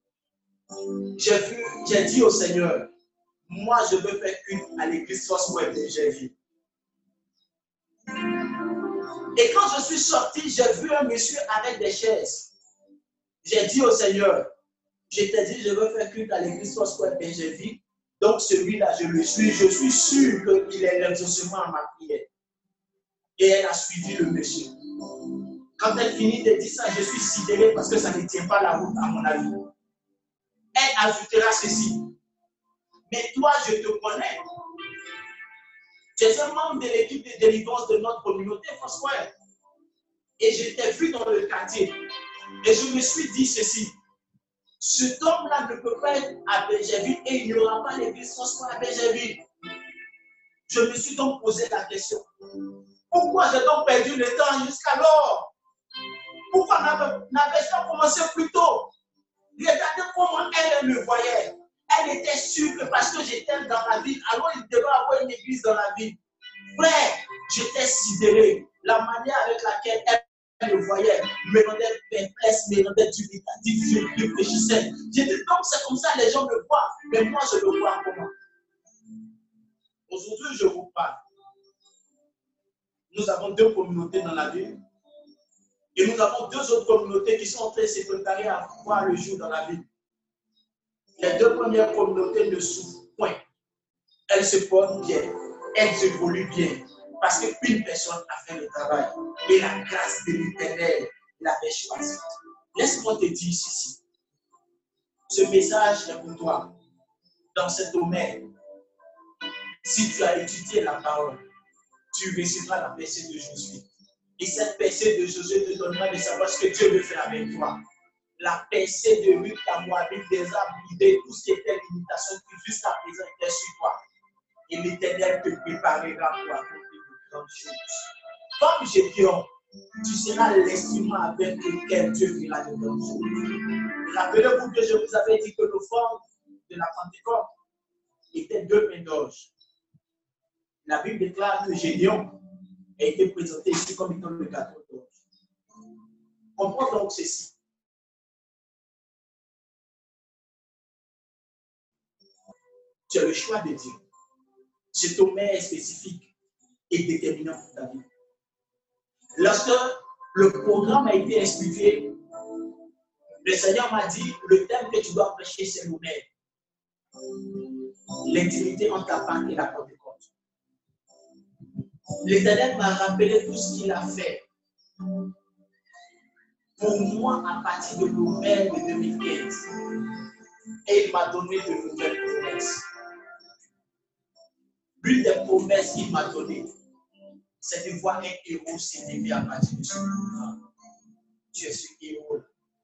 Speaker 1: j'ai dit au Seigneur, moi je veux faire culte à l'église Foursquare de Géville. Et quand je suis sorti, j'ai vu un monsieur avec des chaises. J'ai dit au Seigneur, je t'ai dit, je veux faire culte à l'église Foursquare de Géville. Donc celui-là, je suis sûr qu'il est l'exaucement à ma prière. Et elle a suivi le monsieur. Quand elle finit de dire ça, je suis sidéré parce que ça ne tient pas la route à mon avis. Elle ajoutera ceci. Mais toi, je te connais. Tu es un membre de l'équipe de délivrance de notre communauté, Foursquare. Et je t'ai vu dans le quartier. Et je me suis dit ceci. Cet homme-là ne peut pas être à Bergerville et il n'y aura pas l'église Foursquare à Bergerville. Je me suis donc posé la question. Pourquoi j'ai donc perdu le temps jusqu'alors? Pourquoi n'avais-je pas commencé plus tôt? Regardez comment elle me voyait. Elle était sûre que parce que j'étais dans la ville, alors il devait avoir une église dans la ville. Frère, j'étais sidéré. La manière avec laquelle elle me voyait me rendait perplexe, me rendait dubitatif, je réfléchissais. J'ai dit, donc c'est comme ça, les gens me voient. Mais moi, je le vois comment? Aujourd'hui, je vous parle. Nous avons deux communautés dans la ville. Et nous avons deux autres communautés qui sont en train de se préparer à voir le jour dans la ville. Les deux premières communautés ne souffrent point. Elles se portent bien. Elles évoluent bien. Parce qu'une personne a fait le travail. Et la grâce de l'Éternel l'avait choisi. Laisse-moi te dire ceci. Ce message est pour toi. Dans cet domaine, si tu as étudié la parole, tu recevras la percée de Josué. Et cette percée de Josué te donnera de savoir ce que Dieu veut faire avec toi. La percée de Ruth, la Moabite, des arbres, tout ce qui était l'imitation qui jusqu'à présent était sur toi. Et l'Éternel te préparera pour accomplir de grandes choses. Comme Gédéon, tu seras l'instrument avec lequel Dieu fera de grandes choses. Rappelez-vous que je vous avais dit que l'offrande de la Pentecôte était 2 pains d'orge. La Bible déclare que Gédéon a été présenté ici comme étant le gâteau d'orge. Comprends donc ceci. Tu as le choix de Dieu. Ce domaine est spécifique et déterminant pour ta vie. Lorsque le programme a été expliqué, le Seigneur m'a dit, le thème que tu dois prêcher, c'est nous-mêmes. L'intimité entre ta part et la Pentecôte. L'Éternel m'a rappelé tout ce qu'il a fait pour moi à partir de novembre de 2015. Et il m'a donné de nouvelles promesses. L'une des promesses qu'il m'a données, c'est de voir un héros s'élever à partir de ce moment. Tu es ce héros.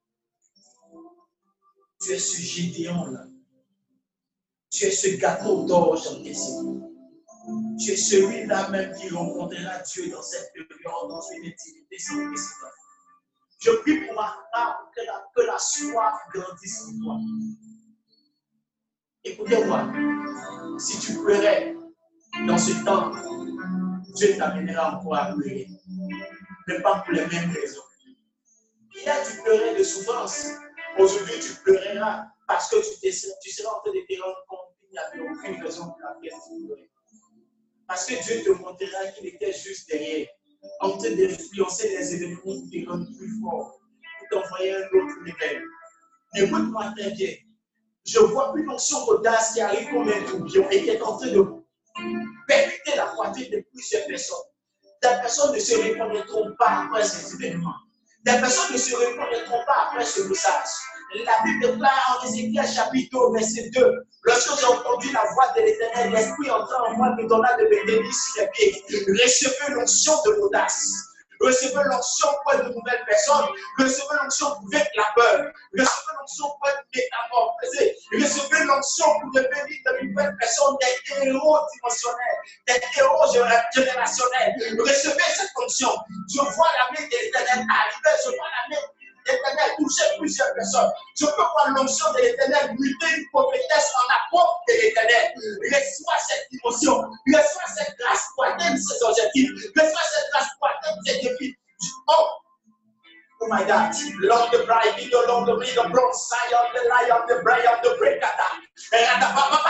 Speaker 1: Tu es ce Gédéon-là. Tu es ce gâteau d'orge en dessin. Tu es celui-là même qui rencontrera Dieu dans cette période, dans une intimité sans précédent. Je prie pour ma part que la soif grandisse en toi. Écoutez-moi, si tu pleurais dans ce temps, Dieu t'amènera encore à pleurer. Mais pas pour les mêmes raisons. Hier, tu pleurais de souffrance. Aujourd'hui, tu pleureras parce que tu seras en train de te rendre compte qu'il n'y avait aucune raison pour laquelle tu pleurais. Parce que Dieu te montrera qu'il était juste derrière, en train d'influencer les événements pour te rendre plus fort, pour t'envoyer un autre niveau. Écoute-moi très bien. Je vois une onction d'audace qui arrive comme un tourbillon et qui est en train de percuter la poitrine de plusieurs personnes. Des personnes ne se reconnaîtront pas après ces événements. Des personnes ne se reconnaîtront pas après ce message. La Bible déclare en Ézéchiel chapitre 2, verset 2, lorsque j'ai entendu la voix de l'Éternel, l'Esprit entra en moi, me donna de me tenir sur les pieds. Recevez l'onction de l'audace. Recevez l'onction pour de nouvelles personnes. Recevez l'onction pour vaincre la peur. Recevez l'onction pour être métamorphosé. Recevez l'onction pour devenir de nouvelles personnes, des héros dimensionnels, des héros générationnels. Recevez cette onction. Je vois la main de l'Éternel arriver. Je vois la main de l'Éternel toucher plusieurs personnes. Je peux voir l'onction de l'Éternel muter une prophétesse en apôtre de l'Éternel. Reçois cette dimension. Reçois cette grâce pour atteindre ses objectifs. Reçois cette grâce pour atteindre ses défis. Oh my God. Lord the bride, the Lord the bride, the bronze Zion, the lion, the bride, the break. In the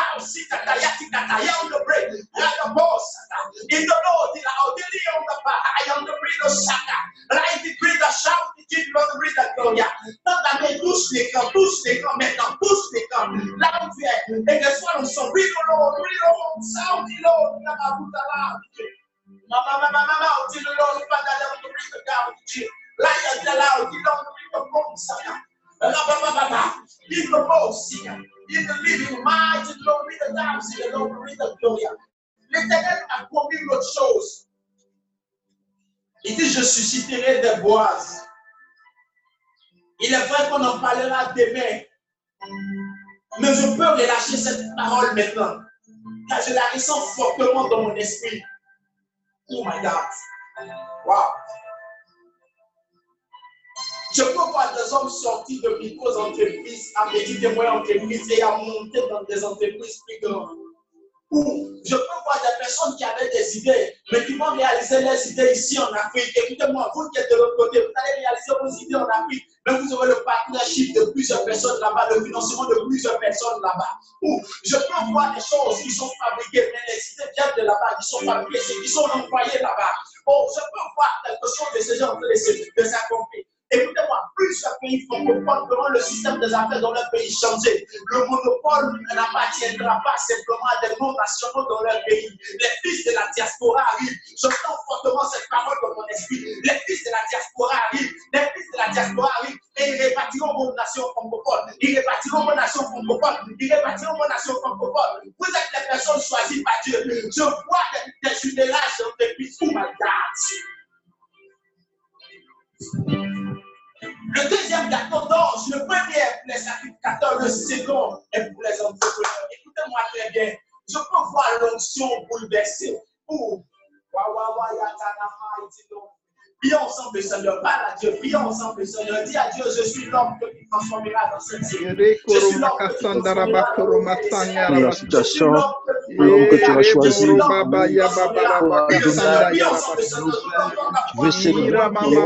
Speaker 1: Lord, I am the breed of Saka. Like the breed of shout, the king of the breed of Gloria. Not that they touch les camps, maintenant, touche les camps. Là où tu es, et que soit nous sommes, read the Lord, sound the Lord, Mama, till the Lord, Father, the breed of God. Lion the loud, you don't read the book, Saka. In the most, in the living mind, the Lord read the dance, the Lord read the glory. L'Éternel a promis l'autre chose. Il dit, je susciterai des boises. Il est vrai qu'on en parlera demain. Mais je peux relâcher cette parole maintenant. Car je la ressens fortement dans mon esprit. Oh my God. Wow. Je peux voir des hommes sortis de grosses entreprises, à petites et moyennes entreprises et à monter dans des entreprises plus grandes. Ou je peux voir des personnes qui avaient des idées, mais qui vont réaliser leurs idées ici en Afrique. Écoutez-moi, vous qui êtes de l'autre côté, vous allez réaliser vos idées en Afrique, mais vous aurez le partnership de plusieurs personnes là-bas, le financement de plusieurs personnes là-bas. Ou je peux voir des choses qui sont fabriquées, mais les idées viennent de là-bas, qui sont fabriquées, qui sont employées là-bas. Oh, je peux voir quelque chose de ce genre de s'accomplir. Écoutez-moi, plusieurs pays francophones verront le système des affaires dans leur pays changer. Le monopole n'appartiendra pas simplement à des non-nationaux dans leur pays. Les fils de la diaspora arrivent. Je sens fortement cette parole dans mon esprit. Les fils de la diaspora arrivent. Les fils de la diaspora arrivent et ils répartiront vos nations francophones. Ils répartiront vos nations francophones. Ils répartiront vos nations francophones. Vous êtes les personnes choisies par Dieu. Je vois des jumélages dans des pays. Oh my God. Le deuxième gâteau d'orge, le premier est pour les sacrificateurs, le second est pour les entrepreneurs. Écoutez-moi très bien. Je peux voir l'onction bouleversée. Prions ensemble le Seigneur, parle à Dieu, prions ensemble le Seigneur, dis à Dieu, je suis l'homme que tu transformeras dans cette vie. Je suis l'homme que tu transformeras dans
Speaker 3: la situation, l'homme que tu vas choisir. Je veux célébrer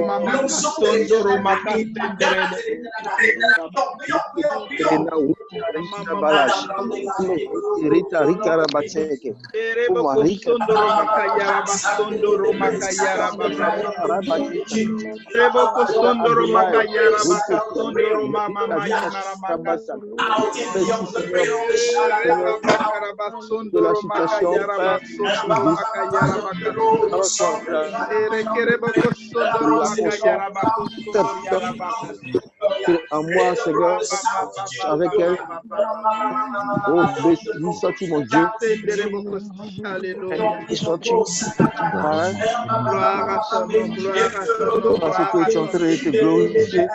Speaker 3: de la situation, en moi, Seigneur, avec elle. Oh, béni sois-tu, mon Dieu. Béni sois-tu. Parce que tu es en train de te glorifier.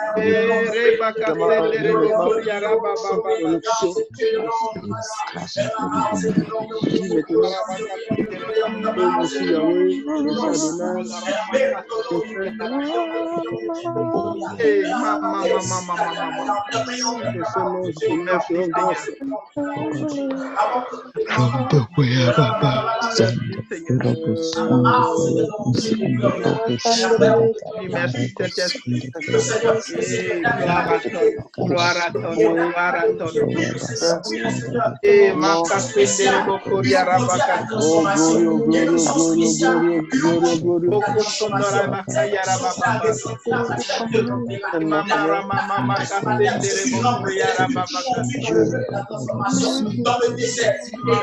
Speaker 1: Dans le désert,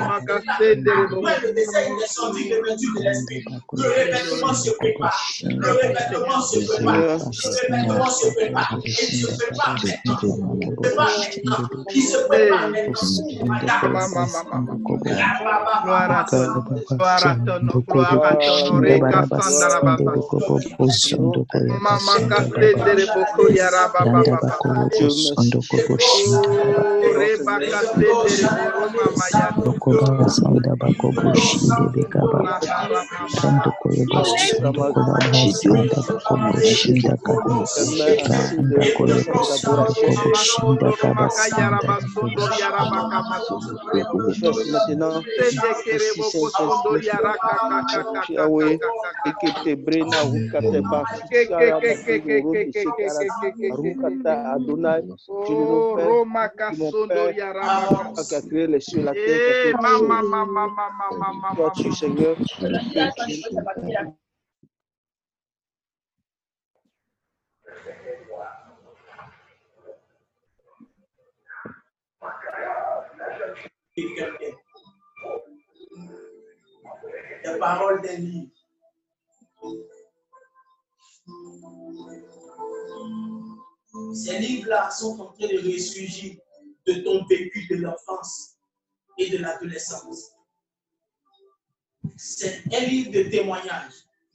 Speaker 1: le revêtement se prépare. Le revêtement se prépare. Le revêtement se prépare. Et il se prépare maintenant. Il se prépare maintenant. Les paroles d'un livre. Ces livres-là sont en train de ressurgir de ton vécu de l'enfance et de l'adolescence. C'est un livre de témoignage.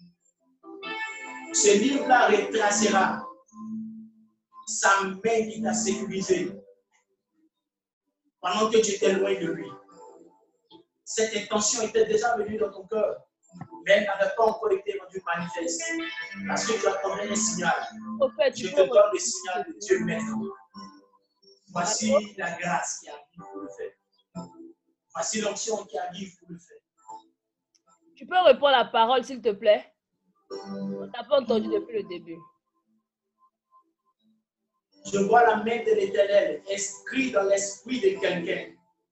Speaker 1: Ce livre-là retracera sa main qui t'a sécurisé pendant que tu étais loin de lui. Cette intention était déjà venue dans ton cœur, mais elle n'avait pas encore été rendue manifeste. Parce que tu attendais un signal. Je te donne le signal de Dieu maintenant. Voici la grâce qui arrive pour le faire. Voici l'onction qui arrive pour le faire.
Speaker 2: Tu peux répondre à la parole, s'il te plaît? On t'a pas entendu depuis le début.
Speaker 1: Je vois la main de l'Éternel inscrite dans l'esprit de quelqu'un.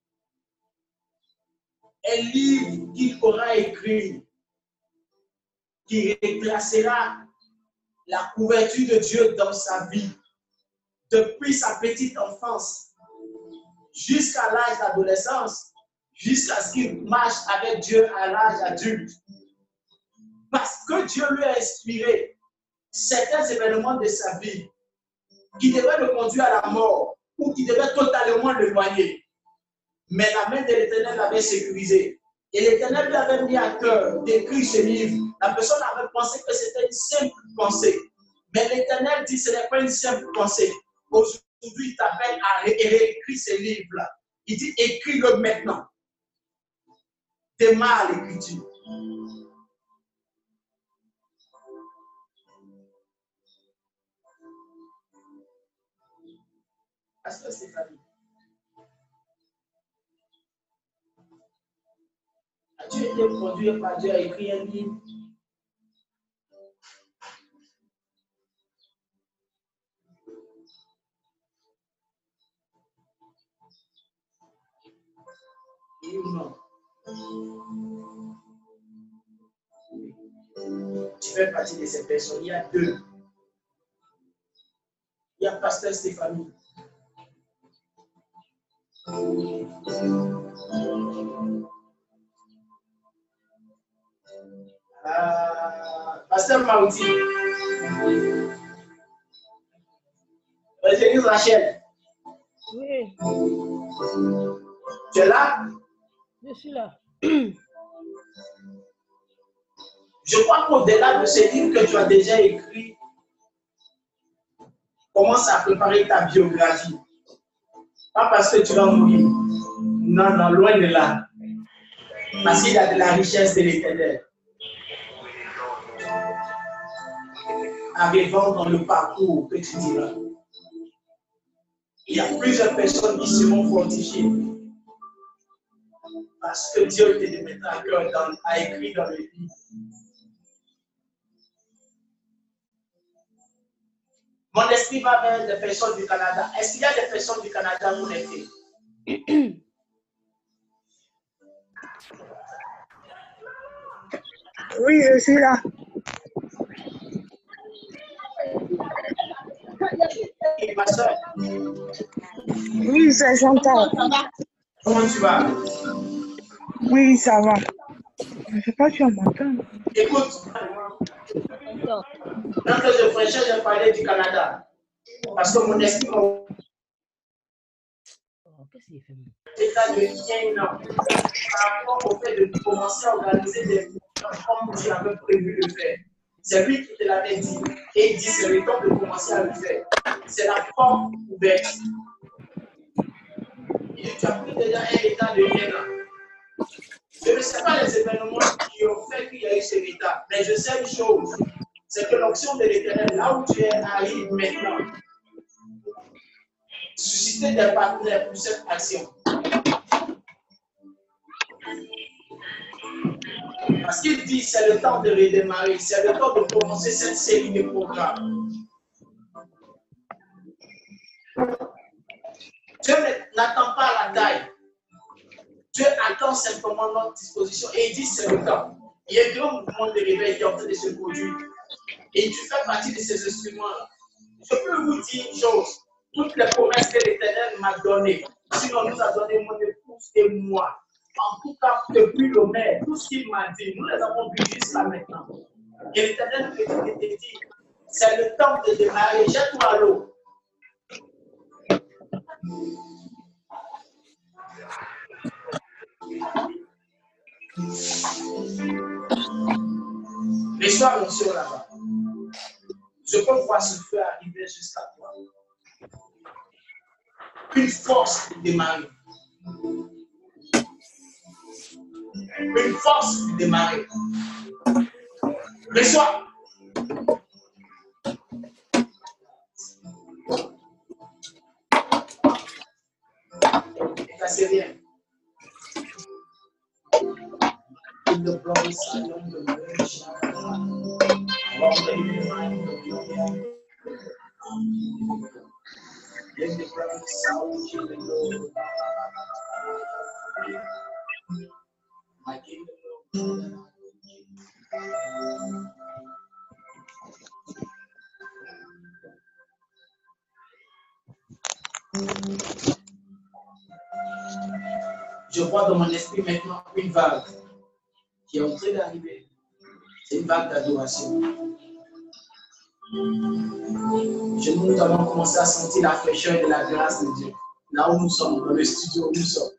Speaker 1: Un livre qu'il aura écrit qui retracera la couverture de Dieu dans sa vie, depuis sa petite enfance jusqu'à l'âge d'adolescence, jusqu'à ce qu'il marche avec Dieu à l'âge adulte. Parce que Dieu lui a inspiré certains événements de sa vie qui devaient le conduire à la mort ou qui devaient totalement l'éloigner. Mais la main de l'Éternel l'avait sécurisé. Et l'Éternel lui avait mis à cœur d'écrire ce livre. La personne avait pensé que c'était une simple pensée. Mais l'Éternel dit que ce n'est pas une simple pensée. Aujourd'hui, il t'appelle à réécrire ce livre-là. Il dit écris-le maintenant. démarre l'écriture. Pasteur Stéphanie, as-tu été produit par Dieu à écrire un livre? Oui ou non? Tu fais partie de ces personnes. Il y a deux. Il y a Pasteur Stéphanie. Pasteur Maouti. Eugénie Rachel.
Speaker 2: Oui,
Speaker 1: Tu es là?
Speaker 2: je suis là.
Speaker 1: Je crois qu'au-delà de ce livre que tu as déjà écrit, commence à préparer ta biographie. Pas parce que tu vas mourir. Non, non, loin de là. Parce qu'il y a de la richesse de l'Éternel. Arrivant dans le parcours que tu diras. Il y a plusieurs personnes qui seront fortifiées. Parce que Dieu te mettra à cœur à écrire dans le livre. Mon esprit va vers des personnes du Canada. Est-ce qu'il y a des personnes du Canada connectées?
Speaker 4: Oui, je suis là.
Speaker 1: Et ma soeur,
Speaker 4: Oui, c'est Chantal.
Speaker 1: comment tu vas?
Speaker 4: Oui, ça va. Je ne sais pas si tu m'entends.
Speaker 1: Écoute,
Speaker 2: Attends.
Speaker 1: quand je prêchais, je parlais du Canada. Parce que mon esprit m'a
Speaker 2: Oh, qu'est-ce qu'il fait?
Speaker 1: état de 1 an. Par rapport au fait de commencer à organiser des mouvements comme tu avais prévu de faire. C'est lui qui te l'avait dit. Et il dit c'est le temps de commencer à le faire. C'est la porte ouverte. Il dit tu as pris déjà un état de 1 an. Je ne sais pas les événements qui ont fait qu'il y a eu cet état, mais je sais une chose, c'est que l'onction de l'Éternel, là où tu es, arrive maintenant. Susciter des partenaires pour cette action. Parce qu'il dit c'est le temps de redémarrer, c'est le temps de commencer cette série de programmes. Dieu n'attend pas la taille. Dieu attend simplement notre disposition et il dit c'est le temps. Il y a un grand mouvement de réveil qui est en train de se produire. Et tu fais partie de ces instruments-là. Je peux vous dire une chose. Toutes les promesses que l'Éternel m'a données, sinon nous a donné mon épouse et moi. En tout cas, depuis le maire, tout ce qu'il m'a dit, nous les avons vus jusqu'à maintenant. Et l'Éternel me dit, c'est le temps de démarrer, jette-toi à l'eau. Reçois l'onction là-bas. Je peux voir ce feu arriver jusqu'à toi. Une force de démarrer. Une force de démarrer. Reçois. Et cassez rien. In the bronze salon, the red shower, walk in the mind of your head. In the bronze sound, in the Lord. My kingdom. Je vois dans mon esprit maintenant une vague qui est en train d'arriver. C'est une vague d'adoration. Nous allons commencer à sentir la fraîcheur de la grâce de Dieu. Là où nous sommes, dans le studio où nous sommes.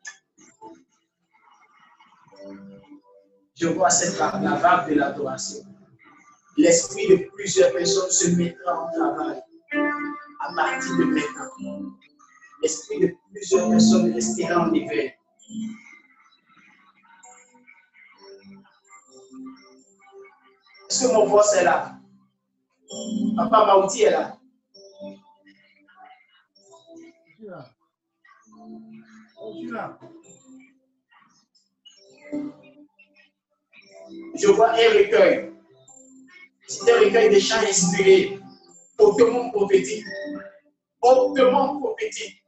Speaker 1: Je vois cette vague, la vague de l'adoration. L'esprit de plusieurs personnes se mettra en travail à partir de maintenant. L'esprit de plusieurs personnes restera en éveil. Est-ce que mon boss est là? Papa Maouti est là. Je vois un recueil. C'est un recueil de chants inspirés, hautement prophétiques. Hautement prophétiques.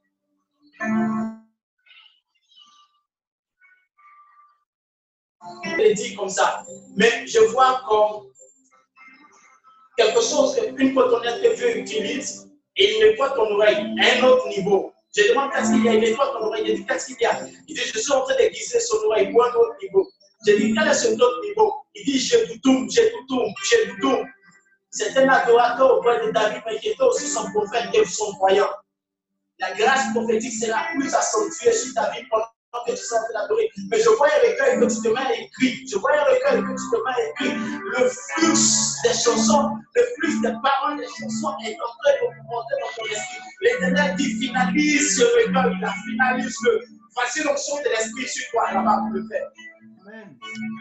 Speaker 1: Je le dis comme ça. Mais je vois comme quelque chose, une cotonette que Dieu utilise et il nettoie ton oreille à un autre niveau. Je demande qu'est-ce qu'il y a, il nettoie ton oreille. Il dit qu'est-ce qu'il y a. Il dit je suis en train d'aiguiser son oreille pour un autre niveau. Je dis quel est ce autre niveau. Il dit j'ai tout tout, j'ai tout tout, j'ai tout tout. C'est un adorateur auprès de David, mais qui était aussi son prophète et son croyant. La grâce prophétique sera plus accentuée sur ta vie pendant que tu seras l'adorer. Mais je vois un recueil que tu te mets à écrire. Je vois un recueil que tu te mets à écrire. Le flux des chansons, le flux des paroles des chansons est en train de monter dans ton esprit. L'Éternel dit finalise ce recueil, là, finalise-le. Voici l'onction de l'esprit sur toi, là-bas pour le faire. Amen.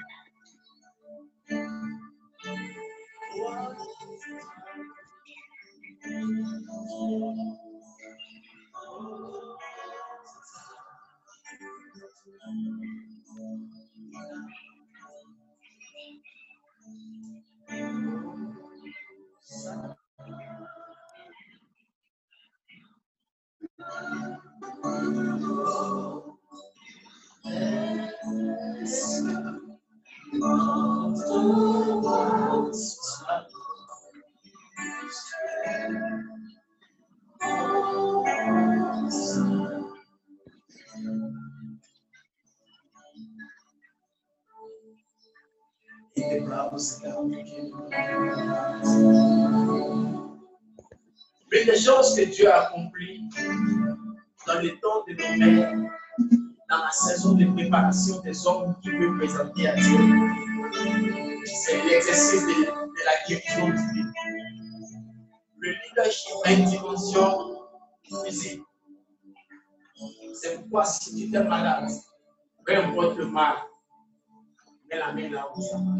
Speaker 1: Une des choses que Dieu a accompli dans le temps de nos mères, dans la saison de préparation des hommes qui veulent présenter à Dieu, c'est l'exercice de la guérison divine. Le leadership a une dimension physique. C'est pourquoi si tu es malade, peu importe le mal, mets la main là où ça va.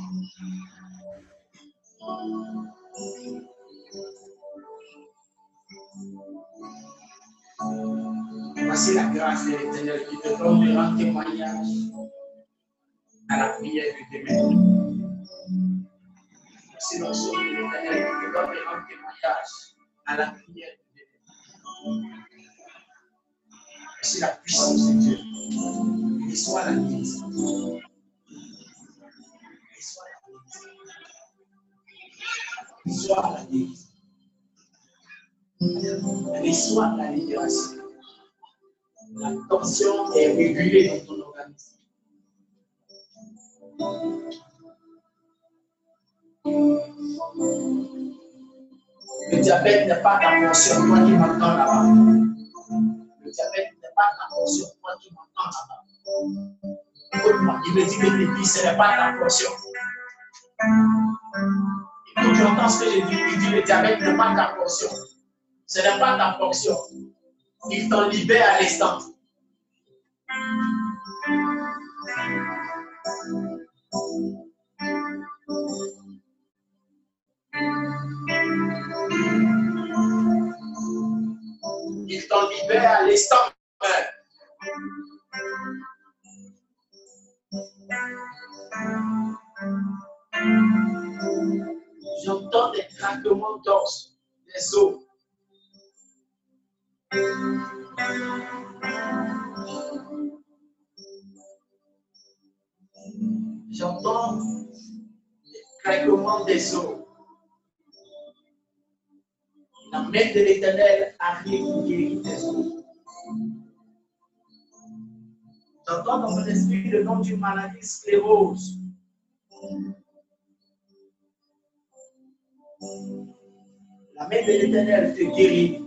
Speaker 1: Voici la grâce de l'Éternel qui te donne de rendre témoignage à la prière de demain. Voici l'onction de l'Éternel qui te donne de rendre témoignage à la prière de demain. Voici la puissance de Dieu. Il soit la l'Église. Il soit la l'Église. Reçois la libération. La tension est régulée dans ton organisme. Le diabète n'est pas ta portion, toi qui m'entends là-bas. Le diabète n'est pas ta portion, toi qui m'entends là-bas. Écoute-moi, il me dit que depuis, ce n'est pas ta portion. Écoute, tu entends ce que je dis, il dit le diabète n'est pas ta portion. Ce n'est pas ta portion. Il t'en libère à l'instant. Il t'en libère à l'instant même. J'entends des craquements d'os, des os. J'entends les craquements des os. La main de l'Éternel arrive pour guérir tes os. J'entends dans mon esprit le nom d'une maladie sclérose. La main de l'Éternel te guérit.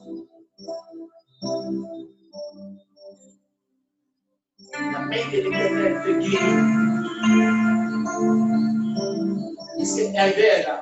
Speaker 1: La main de l'Éternel te guérit. Est-ce que Hervé est là?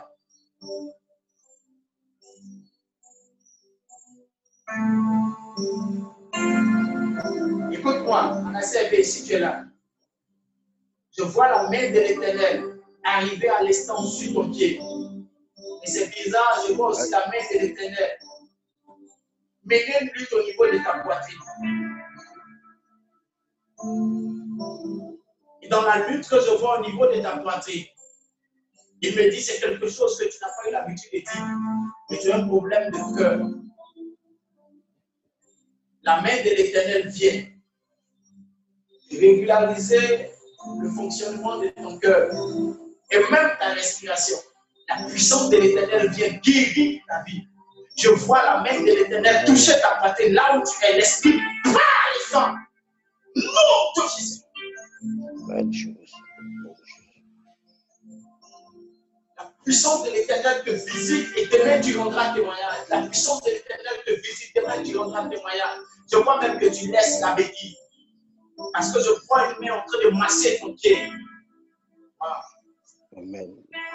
Speaker 1: Écoute-moi, Anassé, si tu es là. Je vois la main de l'Éternel arriver à l'instant sur ton pied. Et c'est bizarre, je vois aussi la main de l'Éternel mener une lutte au niveau de ta poitrine. Et dans la lutte que je vois au niveau de ta poitrine, il me dit c'est quelque chose que tu n'as pas eu l'habitude de dire, que tu as un problème de cœur. La main de l'Éternel vient régulariser le fonctionnement de ton cœur et même ta respiration. La puissance de l'Éternel vient guérir ta vie. Je vois la main de l'Éternel toucher ta poitrine là où tu es, l'esprit parle. Non de Jésus. La puissance de l'Éternel te visite et demain tu rendras témoignage. La puissance de l'Éternel te visite et demain tu rendras témoignage. Je vois même que tu laisses la béquille. Parce que je vois une main en train de masser ton pied. Ah.
Speaker 3: Amen.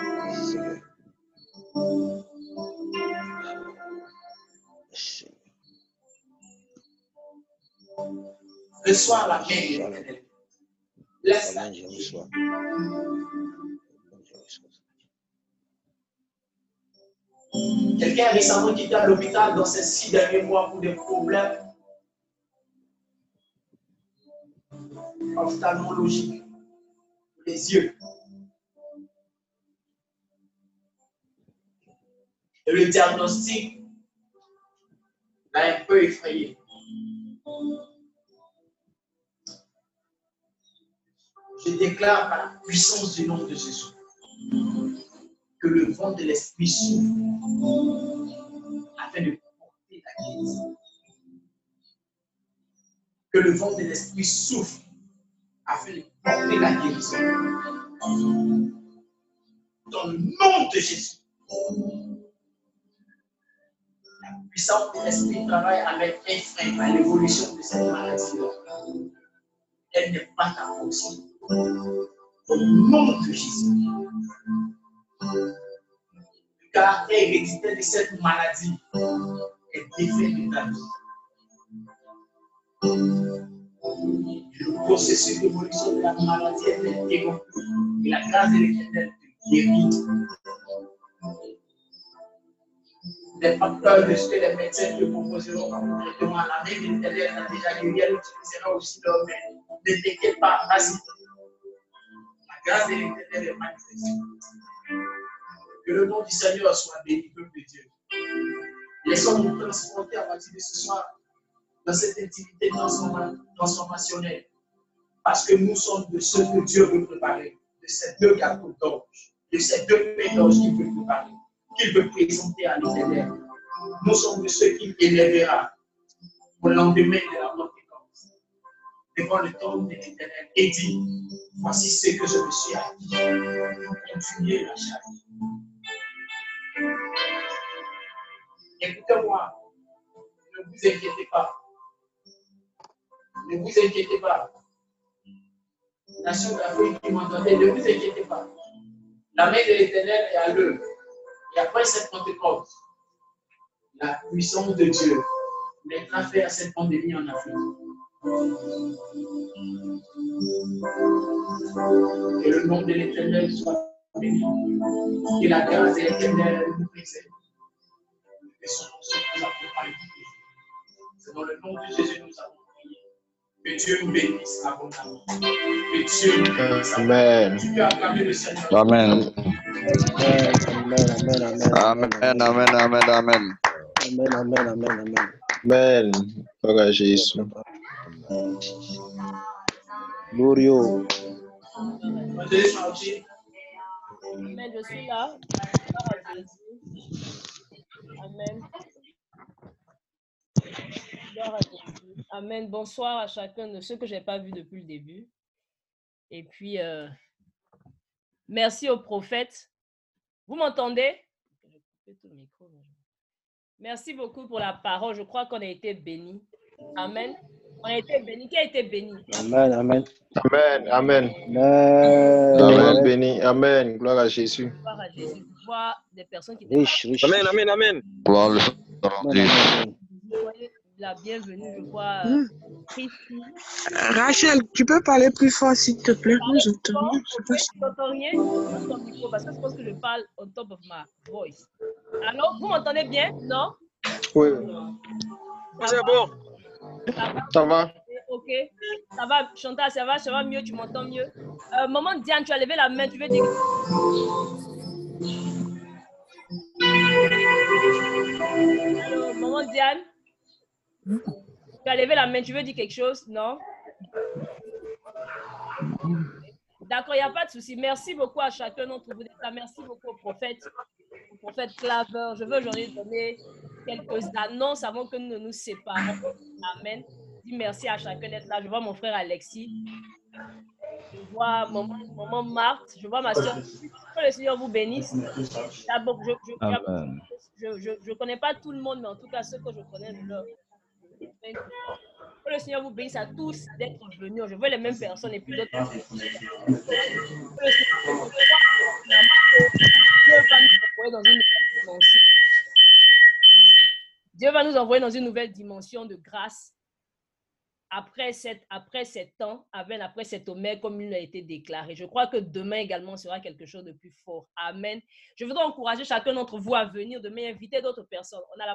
Speaker 1: Reçois la main de l'Éternel. Laisse-la. Quelqu'un récemment qui était à l'hôpital dans ces 6 derniers mois pour des problèmes ophtalmologiques, les yeux. Et le diagnostic l'a un peu effrayé. Je déclare par la puissance du nom de Jésus que le vent de l'esprit souffle afin de porter la guérison. Que le vent de l'esprit souffle afin de porter la guérison. Dans le nom de Jésus. La puissance de l'esprit travaille avec un frein à l'évolution de cette maladie-là. Elle n'est pas ta portion. Au nom de Jésus. Le caractère héréditaire de cette maladie est défait de ta vie. Le processus d'évolution de la maladie est interrompu. Et la grâce de l'Éternel te guérit. Les facteurs de ce que les médecins te proposeront comme traitement à la main de l'Éternel a déjà guéri, elle utilisera aussi leur main. Ne t'inquiète pas, vas-y. La grâce de l'Éternel est manifestée. Que le nom du Seigneur soit béni, peuple de Dieu. Laissons-nous transporter à partir de ce soir dans cette intimité transformationnelle. Parce que nous sommes de ceux que Dieu veut préparer, de ces 2 gâteaux d'orge, de ces 2 pains d'orge qu'il veut préparer, qu'il veut présenter à l'Éternel. Nous sommes de ceux qu'il élèvera au lendemain de la Pentecôte, devant le trône de l'Éternel, et dit, voici ce que je me suis acquis. Continuez la charge. Écoutez-moi, ne vous inquiétez pas. Ne vous inquiétez pas. Nation d'Afrique qui m'entendait, ne vous inquiétez pas. La main de l'Éternel est à l'œuvre. Et après cette Pentecôte, la puissance de Dieu mettra fin à cette pandémie en Afrique. Que le nom de l'Éternel soit béni. Que la grâce de l'Éternel nous préserve. Que son nom se nous accompagne. C'est dans le nom de Jésus que nous avons prié. Que Dieu nous bénisse abondamment. Que Dieu nous bénisse abondamment. Tu peux acclamer le Seigneur.
Speaker 5: Amen.
Speaker 3: Amen.
Speaker 5: Amen, amen, amen, amen.
Speaker 3: Amen, amen, amen, amen.
Speaker 5: Amen. Gloire à Jésus.
Speaker 3: Glorio.
Speaker 2: Amen, je suis là. Gloire à Jésus. Amen. Gloire à Jésus. Amen. Bonsoir à chacun de ceux que je n'ai pas vus depuis le début. Et puis, merci au prophète. Vous m'entendez? Merci beaucoup pour la parole. Je crois qu'on a été bénis. Amen. On a été bénis. Qui a été béni?
Speaker 3: Amen, amen.
Speaker 5: Amen, amen.
Speaker 3: Amen.
Speaker 5: Amen, béni. Amen. Gloire à Jésus.
Speaker 2: Gloire à Jésus. Je vois des personnes qui étaient
Speaker 3: Riche, riche.
Speaker 5: Amen, amen, amen. Gloire à Dieu.
Speaker 3: Amen, amen.
Speaker 2: la bienvenue. Je vois Christy.
Speaker 4: Rachel, tu peux parler plus fort, s'il te plaît? Moi,
Speaker 2: Parlez
Speaker 4: j'entends
Speaker 2: fort,
Speaker 4: rien.
Speaker 2: ok? Tu n'entends rien? Ouvre ton micro parce que je pense que je parle on top of my voice. Alors, vous m'entendez bien? Non?
Speaker 5: Oui.
Speaker 2: Ça va?
Speaker 6: bon.
Speaker 2: Ça va?
Speaker 5: Ça va?
Speaker 2: Ok. Ça va, Chantal, ça va mieux, tu m'entends mieux? Maman Diane, tu as levé la main, tu veux dire... Allô, maman Diane? Tu as levé la main, tu veux dire quelque chose? Non? D'accord, il n'y a pas de souci. Merci beaucoup à chacun d'entre vous. Merci beaucoup au prophète Claver. Je veux aujourd'hui donner quelques annonces avant que nous ne nous séparons. Amen. Je dis merci à chacun d'être là. Je vois mon frère Alexis. Je vois maman Marthe. Je vois ma soeur. Que le Seigneur vous bénisse. D'abord, je ne connais pas tout le monde, mais en tout cas, ceux que je connais, je leur... Que le Seigneur vous bénisse à tous d'être venus. Je veux les mêmes personnes et puis d'autres. Dieu va nous envoyer dans une nouvelle dimension de grâce après cet temps, après cet omega comme il a été déclaré. Je crois que demain également sera quelque chose de plus fort. Amen. Je voudrais encourager chacun d'entre vous à venir demain, inviter d'autres personnes. On a la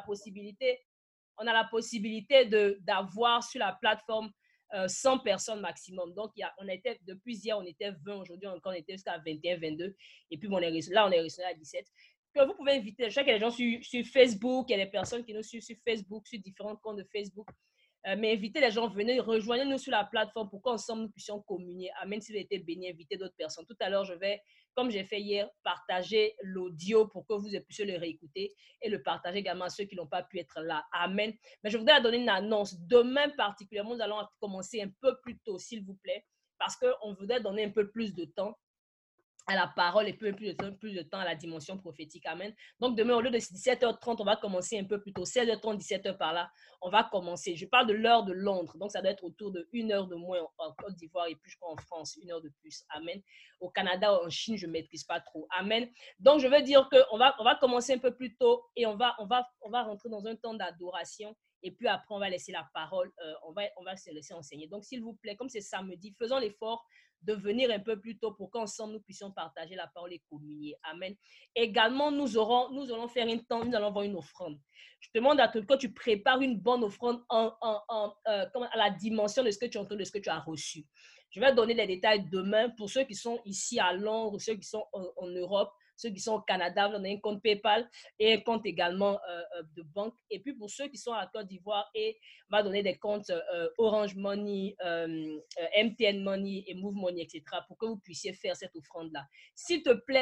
Speaker 2: possibilité d'avoir sur la plateforme 100 personnes maximum. Donc, depuis hier, on était 20. Aujourd'hui, on était jusqu'à 21, 22. Et puis, on est resté à 17. Que vous pouvez inviter. Je sais qu'il y a des gens sur Facebook. Il y a des personnes qui nous suivent sur Facebook, sur différents comptes de Facebook. Mais invitez les gens, venez, rejoignez-nous sur la plateforme pour qu'ensemble nous puissions communier. Amen. Si vous avez été béni, invitez d'autres personnes. Tout à l'heure, je vais, comme j'ai fait hier, partager l'audio pour que vous puissiez le réécouter et le partager également à ceux qui n'ont pas pu être là. Amen. Mais je voudrais donner une annonce. Demain particulièrement, nous allons commencer un peu plus tôt, s'il vous plaît, parce qu'on voudrait donner un peu plus de temps à la parole et plus de temps à la dimension prophétique. Amen. Donc, demain, au lieu de 17h30, on va commencer un peu plus tôt. 16h30, 17h par là, on va commencer. Je parle de l'heure de Londres. Donc, ça doit être autour de 1 heure de moins en Côte d'Ivoire et puis, je crois, en France, 1 heure de plus. Amen. Au Canada, en Chine, je ne maîtrise pas trop. Amen. Donc, je veux dire qu'on va commencer un peu plus tôt et on va rentrer dans un temps d'adoration. Et puis après, on va laisser la parole, on va se laisser enseigner. Donc, s'il vous plaît, comme c'est samedi, faisons l'effort de venir un peu plus tôt pour qu'ensemble nous puissions partager la parole et communier. Amen. Également, nous allons faire un temps, nous allons avoir une offrande. Je te demande à toi que tu prépares une bonne offrande à la dimension de ce que tu entends, de ce que tu as reçu. Je vais donner les détails demain pour ceux qui sont ici à Londres, ceux qui sont en Europe. Ceux qui sont au Canada, on a un compte PayPal et un compte également de banque. Et puis, pour ceux qui sont à Côte d'Ivoire, on va donner des comptes Orange Money, MTN Money et Move Money, etc. pour que vous puissiez faire cette offrande-là. S'il te plaît,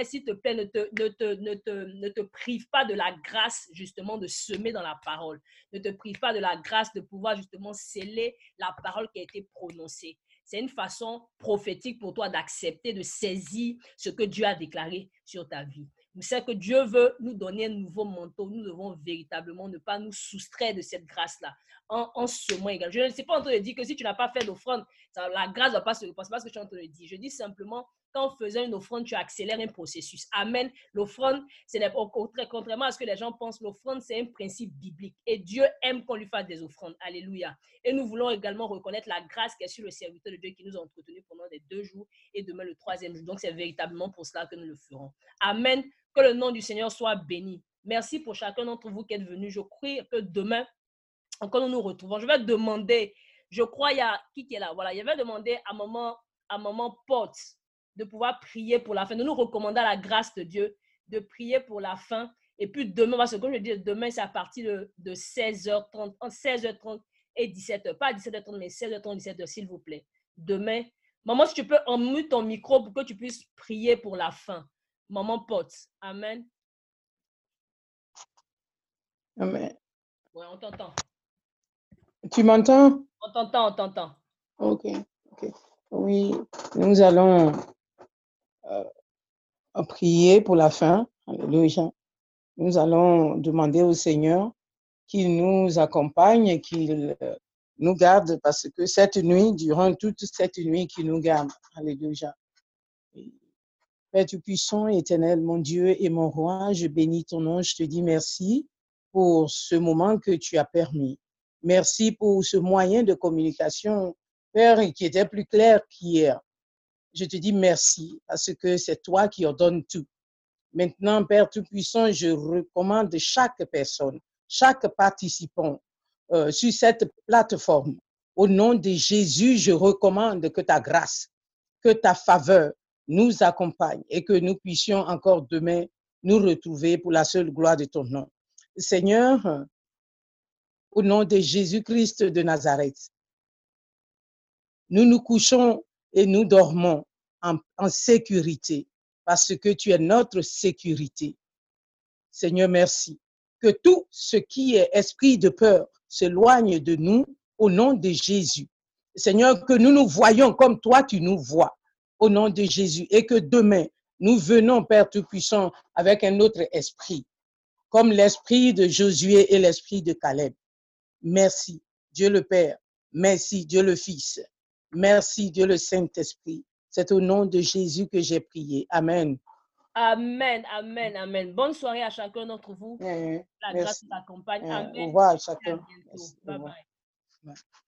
Speaker 2: ne te prive pas de la grâce, justement, de semer dans la parole. Ne te prive pas de la grâce de pouvoir, justement, sceller la parole qui a été prononcée. C'est une façon prophétique pour toi d'accepter, de saisir ce que Dieu a déclaré sur ta vie. Vous savez que Dieu veut nous donner un nouveau manteau. Nous devons véritablement ne pas nous soustraire de cette grâce-là en semant également. Je ne sais pas en train de dire que si tu n'as pas fait d'offrande, la grâce ne va pas se repasser. C'est pas ce que je suis en train de dire. Je dis simplement, quand en faisant une offrande, tu accélères un processus. Amen. L'offrande, contrairement à ce que les gens pensent, l'offrande, c'est un principe biblique. Et Dieu aime qu'on lui fasse des offrandes. Alléluia. Et nous voulons également reconnaître la grâce qui est sur le serviteur de Dieu qui nous a entretenus pendant les 2 jours et demain le 3e jour. Donc, c'est véritablement pour cela que nous le ferons. Amen. Que le nom du Seigneur soit béni. Merci pour chacun d'entre vous qui êtes venus. Je crois que demain, encore nous nous retrouvons. Je vais demander, je crois, il y a qui est là? Voilà, je vais demander à maman Porte de pouvoir prier pour la fin, de nous recommander à la grâce de Dieu, de prier pour la fin. Et puis demain, parce que comme je dis, demain, c'est à partir de 16h30, entre 16h30 et 17h. Pas 17h30, mais 16h30, 17h, s'il vous plaît. Demain, maman, si tu peux emmuter ton micro pour que tu puisses prier pour la fin. Maman Porte. Amen.
Speaker 7: Amen.
Speaker 2: Ouais, on t'entend.
Speaker 7: Tu m'entends?
Speaker 2: On t'entend.
Speaker 7: Ok. Oui, nous allons prier pour la fin. Alléluia. Nous allons demander au Seigneur qu'il nous accompagne, qu'il nous garde, parce que cette nuit, durant toute cette nuit, qu'il nous garde. Alléluia. Père Tout-Puissant, éternel, mon Dieu et mon roi, je bénis ton nom, je te dis merci pour ce moment que tu as permis. Merci pour ce moyen de communication, Père, qui était plus clair qu'hier. Je te dis merci parce que c'est toi qui ordonnes tout. Maintenant, Père Tout-Puissant, je recommande chaque personne, chaque participant sur cette plateforme. Au nom de Jésus, je recommande que ta grâce, que ta faveur nous accompagne et que nous puissions encore demain nous retrouver pour la seule gloire de ton nom. Seigneur, au nom de Jésus-Christ de Nazareth, nous nous couchons et nous dormons en sécurité parce que tu es notre sécurité. Seigneur, merci. Que tout ce qui est esprit de peur s'éloigne de nous au nom de Jésus. Seigneur, que nous nous voyons comme toi tu nous vois au nom de Jésus et que demain, nous venons, Père Tout-Puissant, avec un autre esprit, comme l'esprit de Josué et l'esprit de Caleb. Merci, Dieu le Père. Merci, Dieu le Fils. Merci, Dieu le Saint-Esprit. C'est au nom de Jésus que j'ai prié. Amen.
Speaker 2: Amen, amen, amen. Bonne soirée à chacun d'entre vous. La grâce vous accompagne. Amen.
Speaker 7: Au revoir à chacun.
Speaker 2: À bientôt. Bye bye.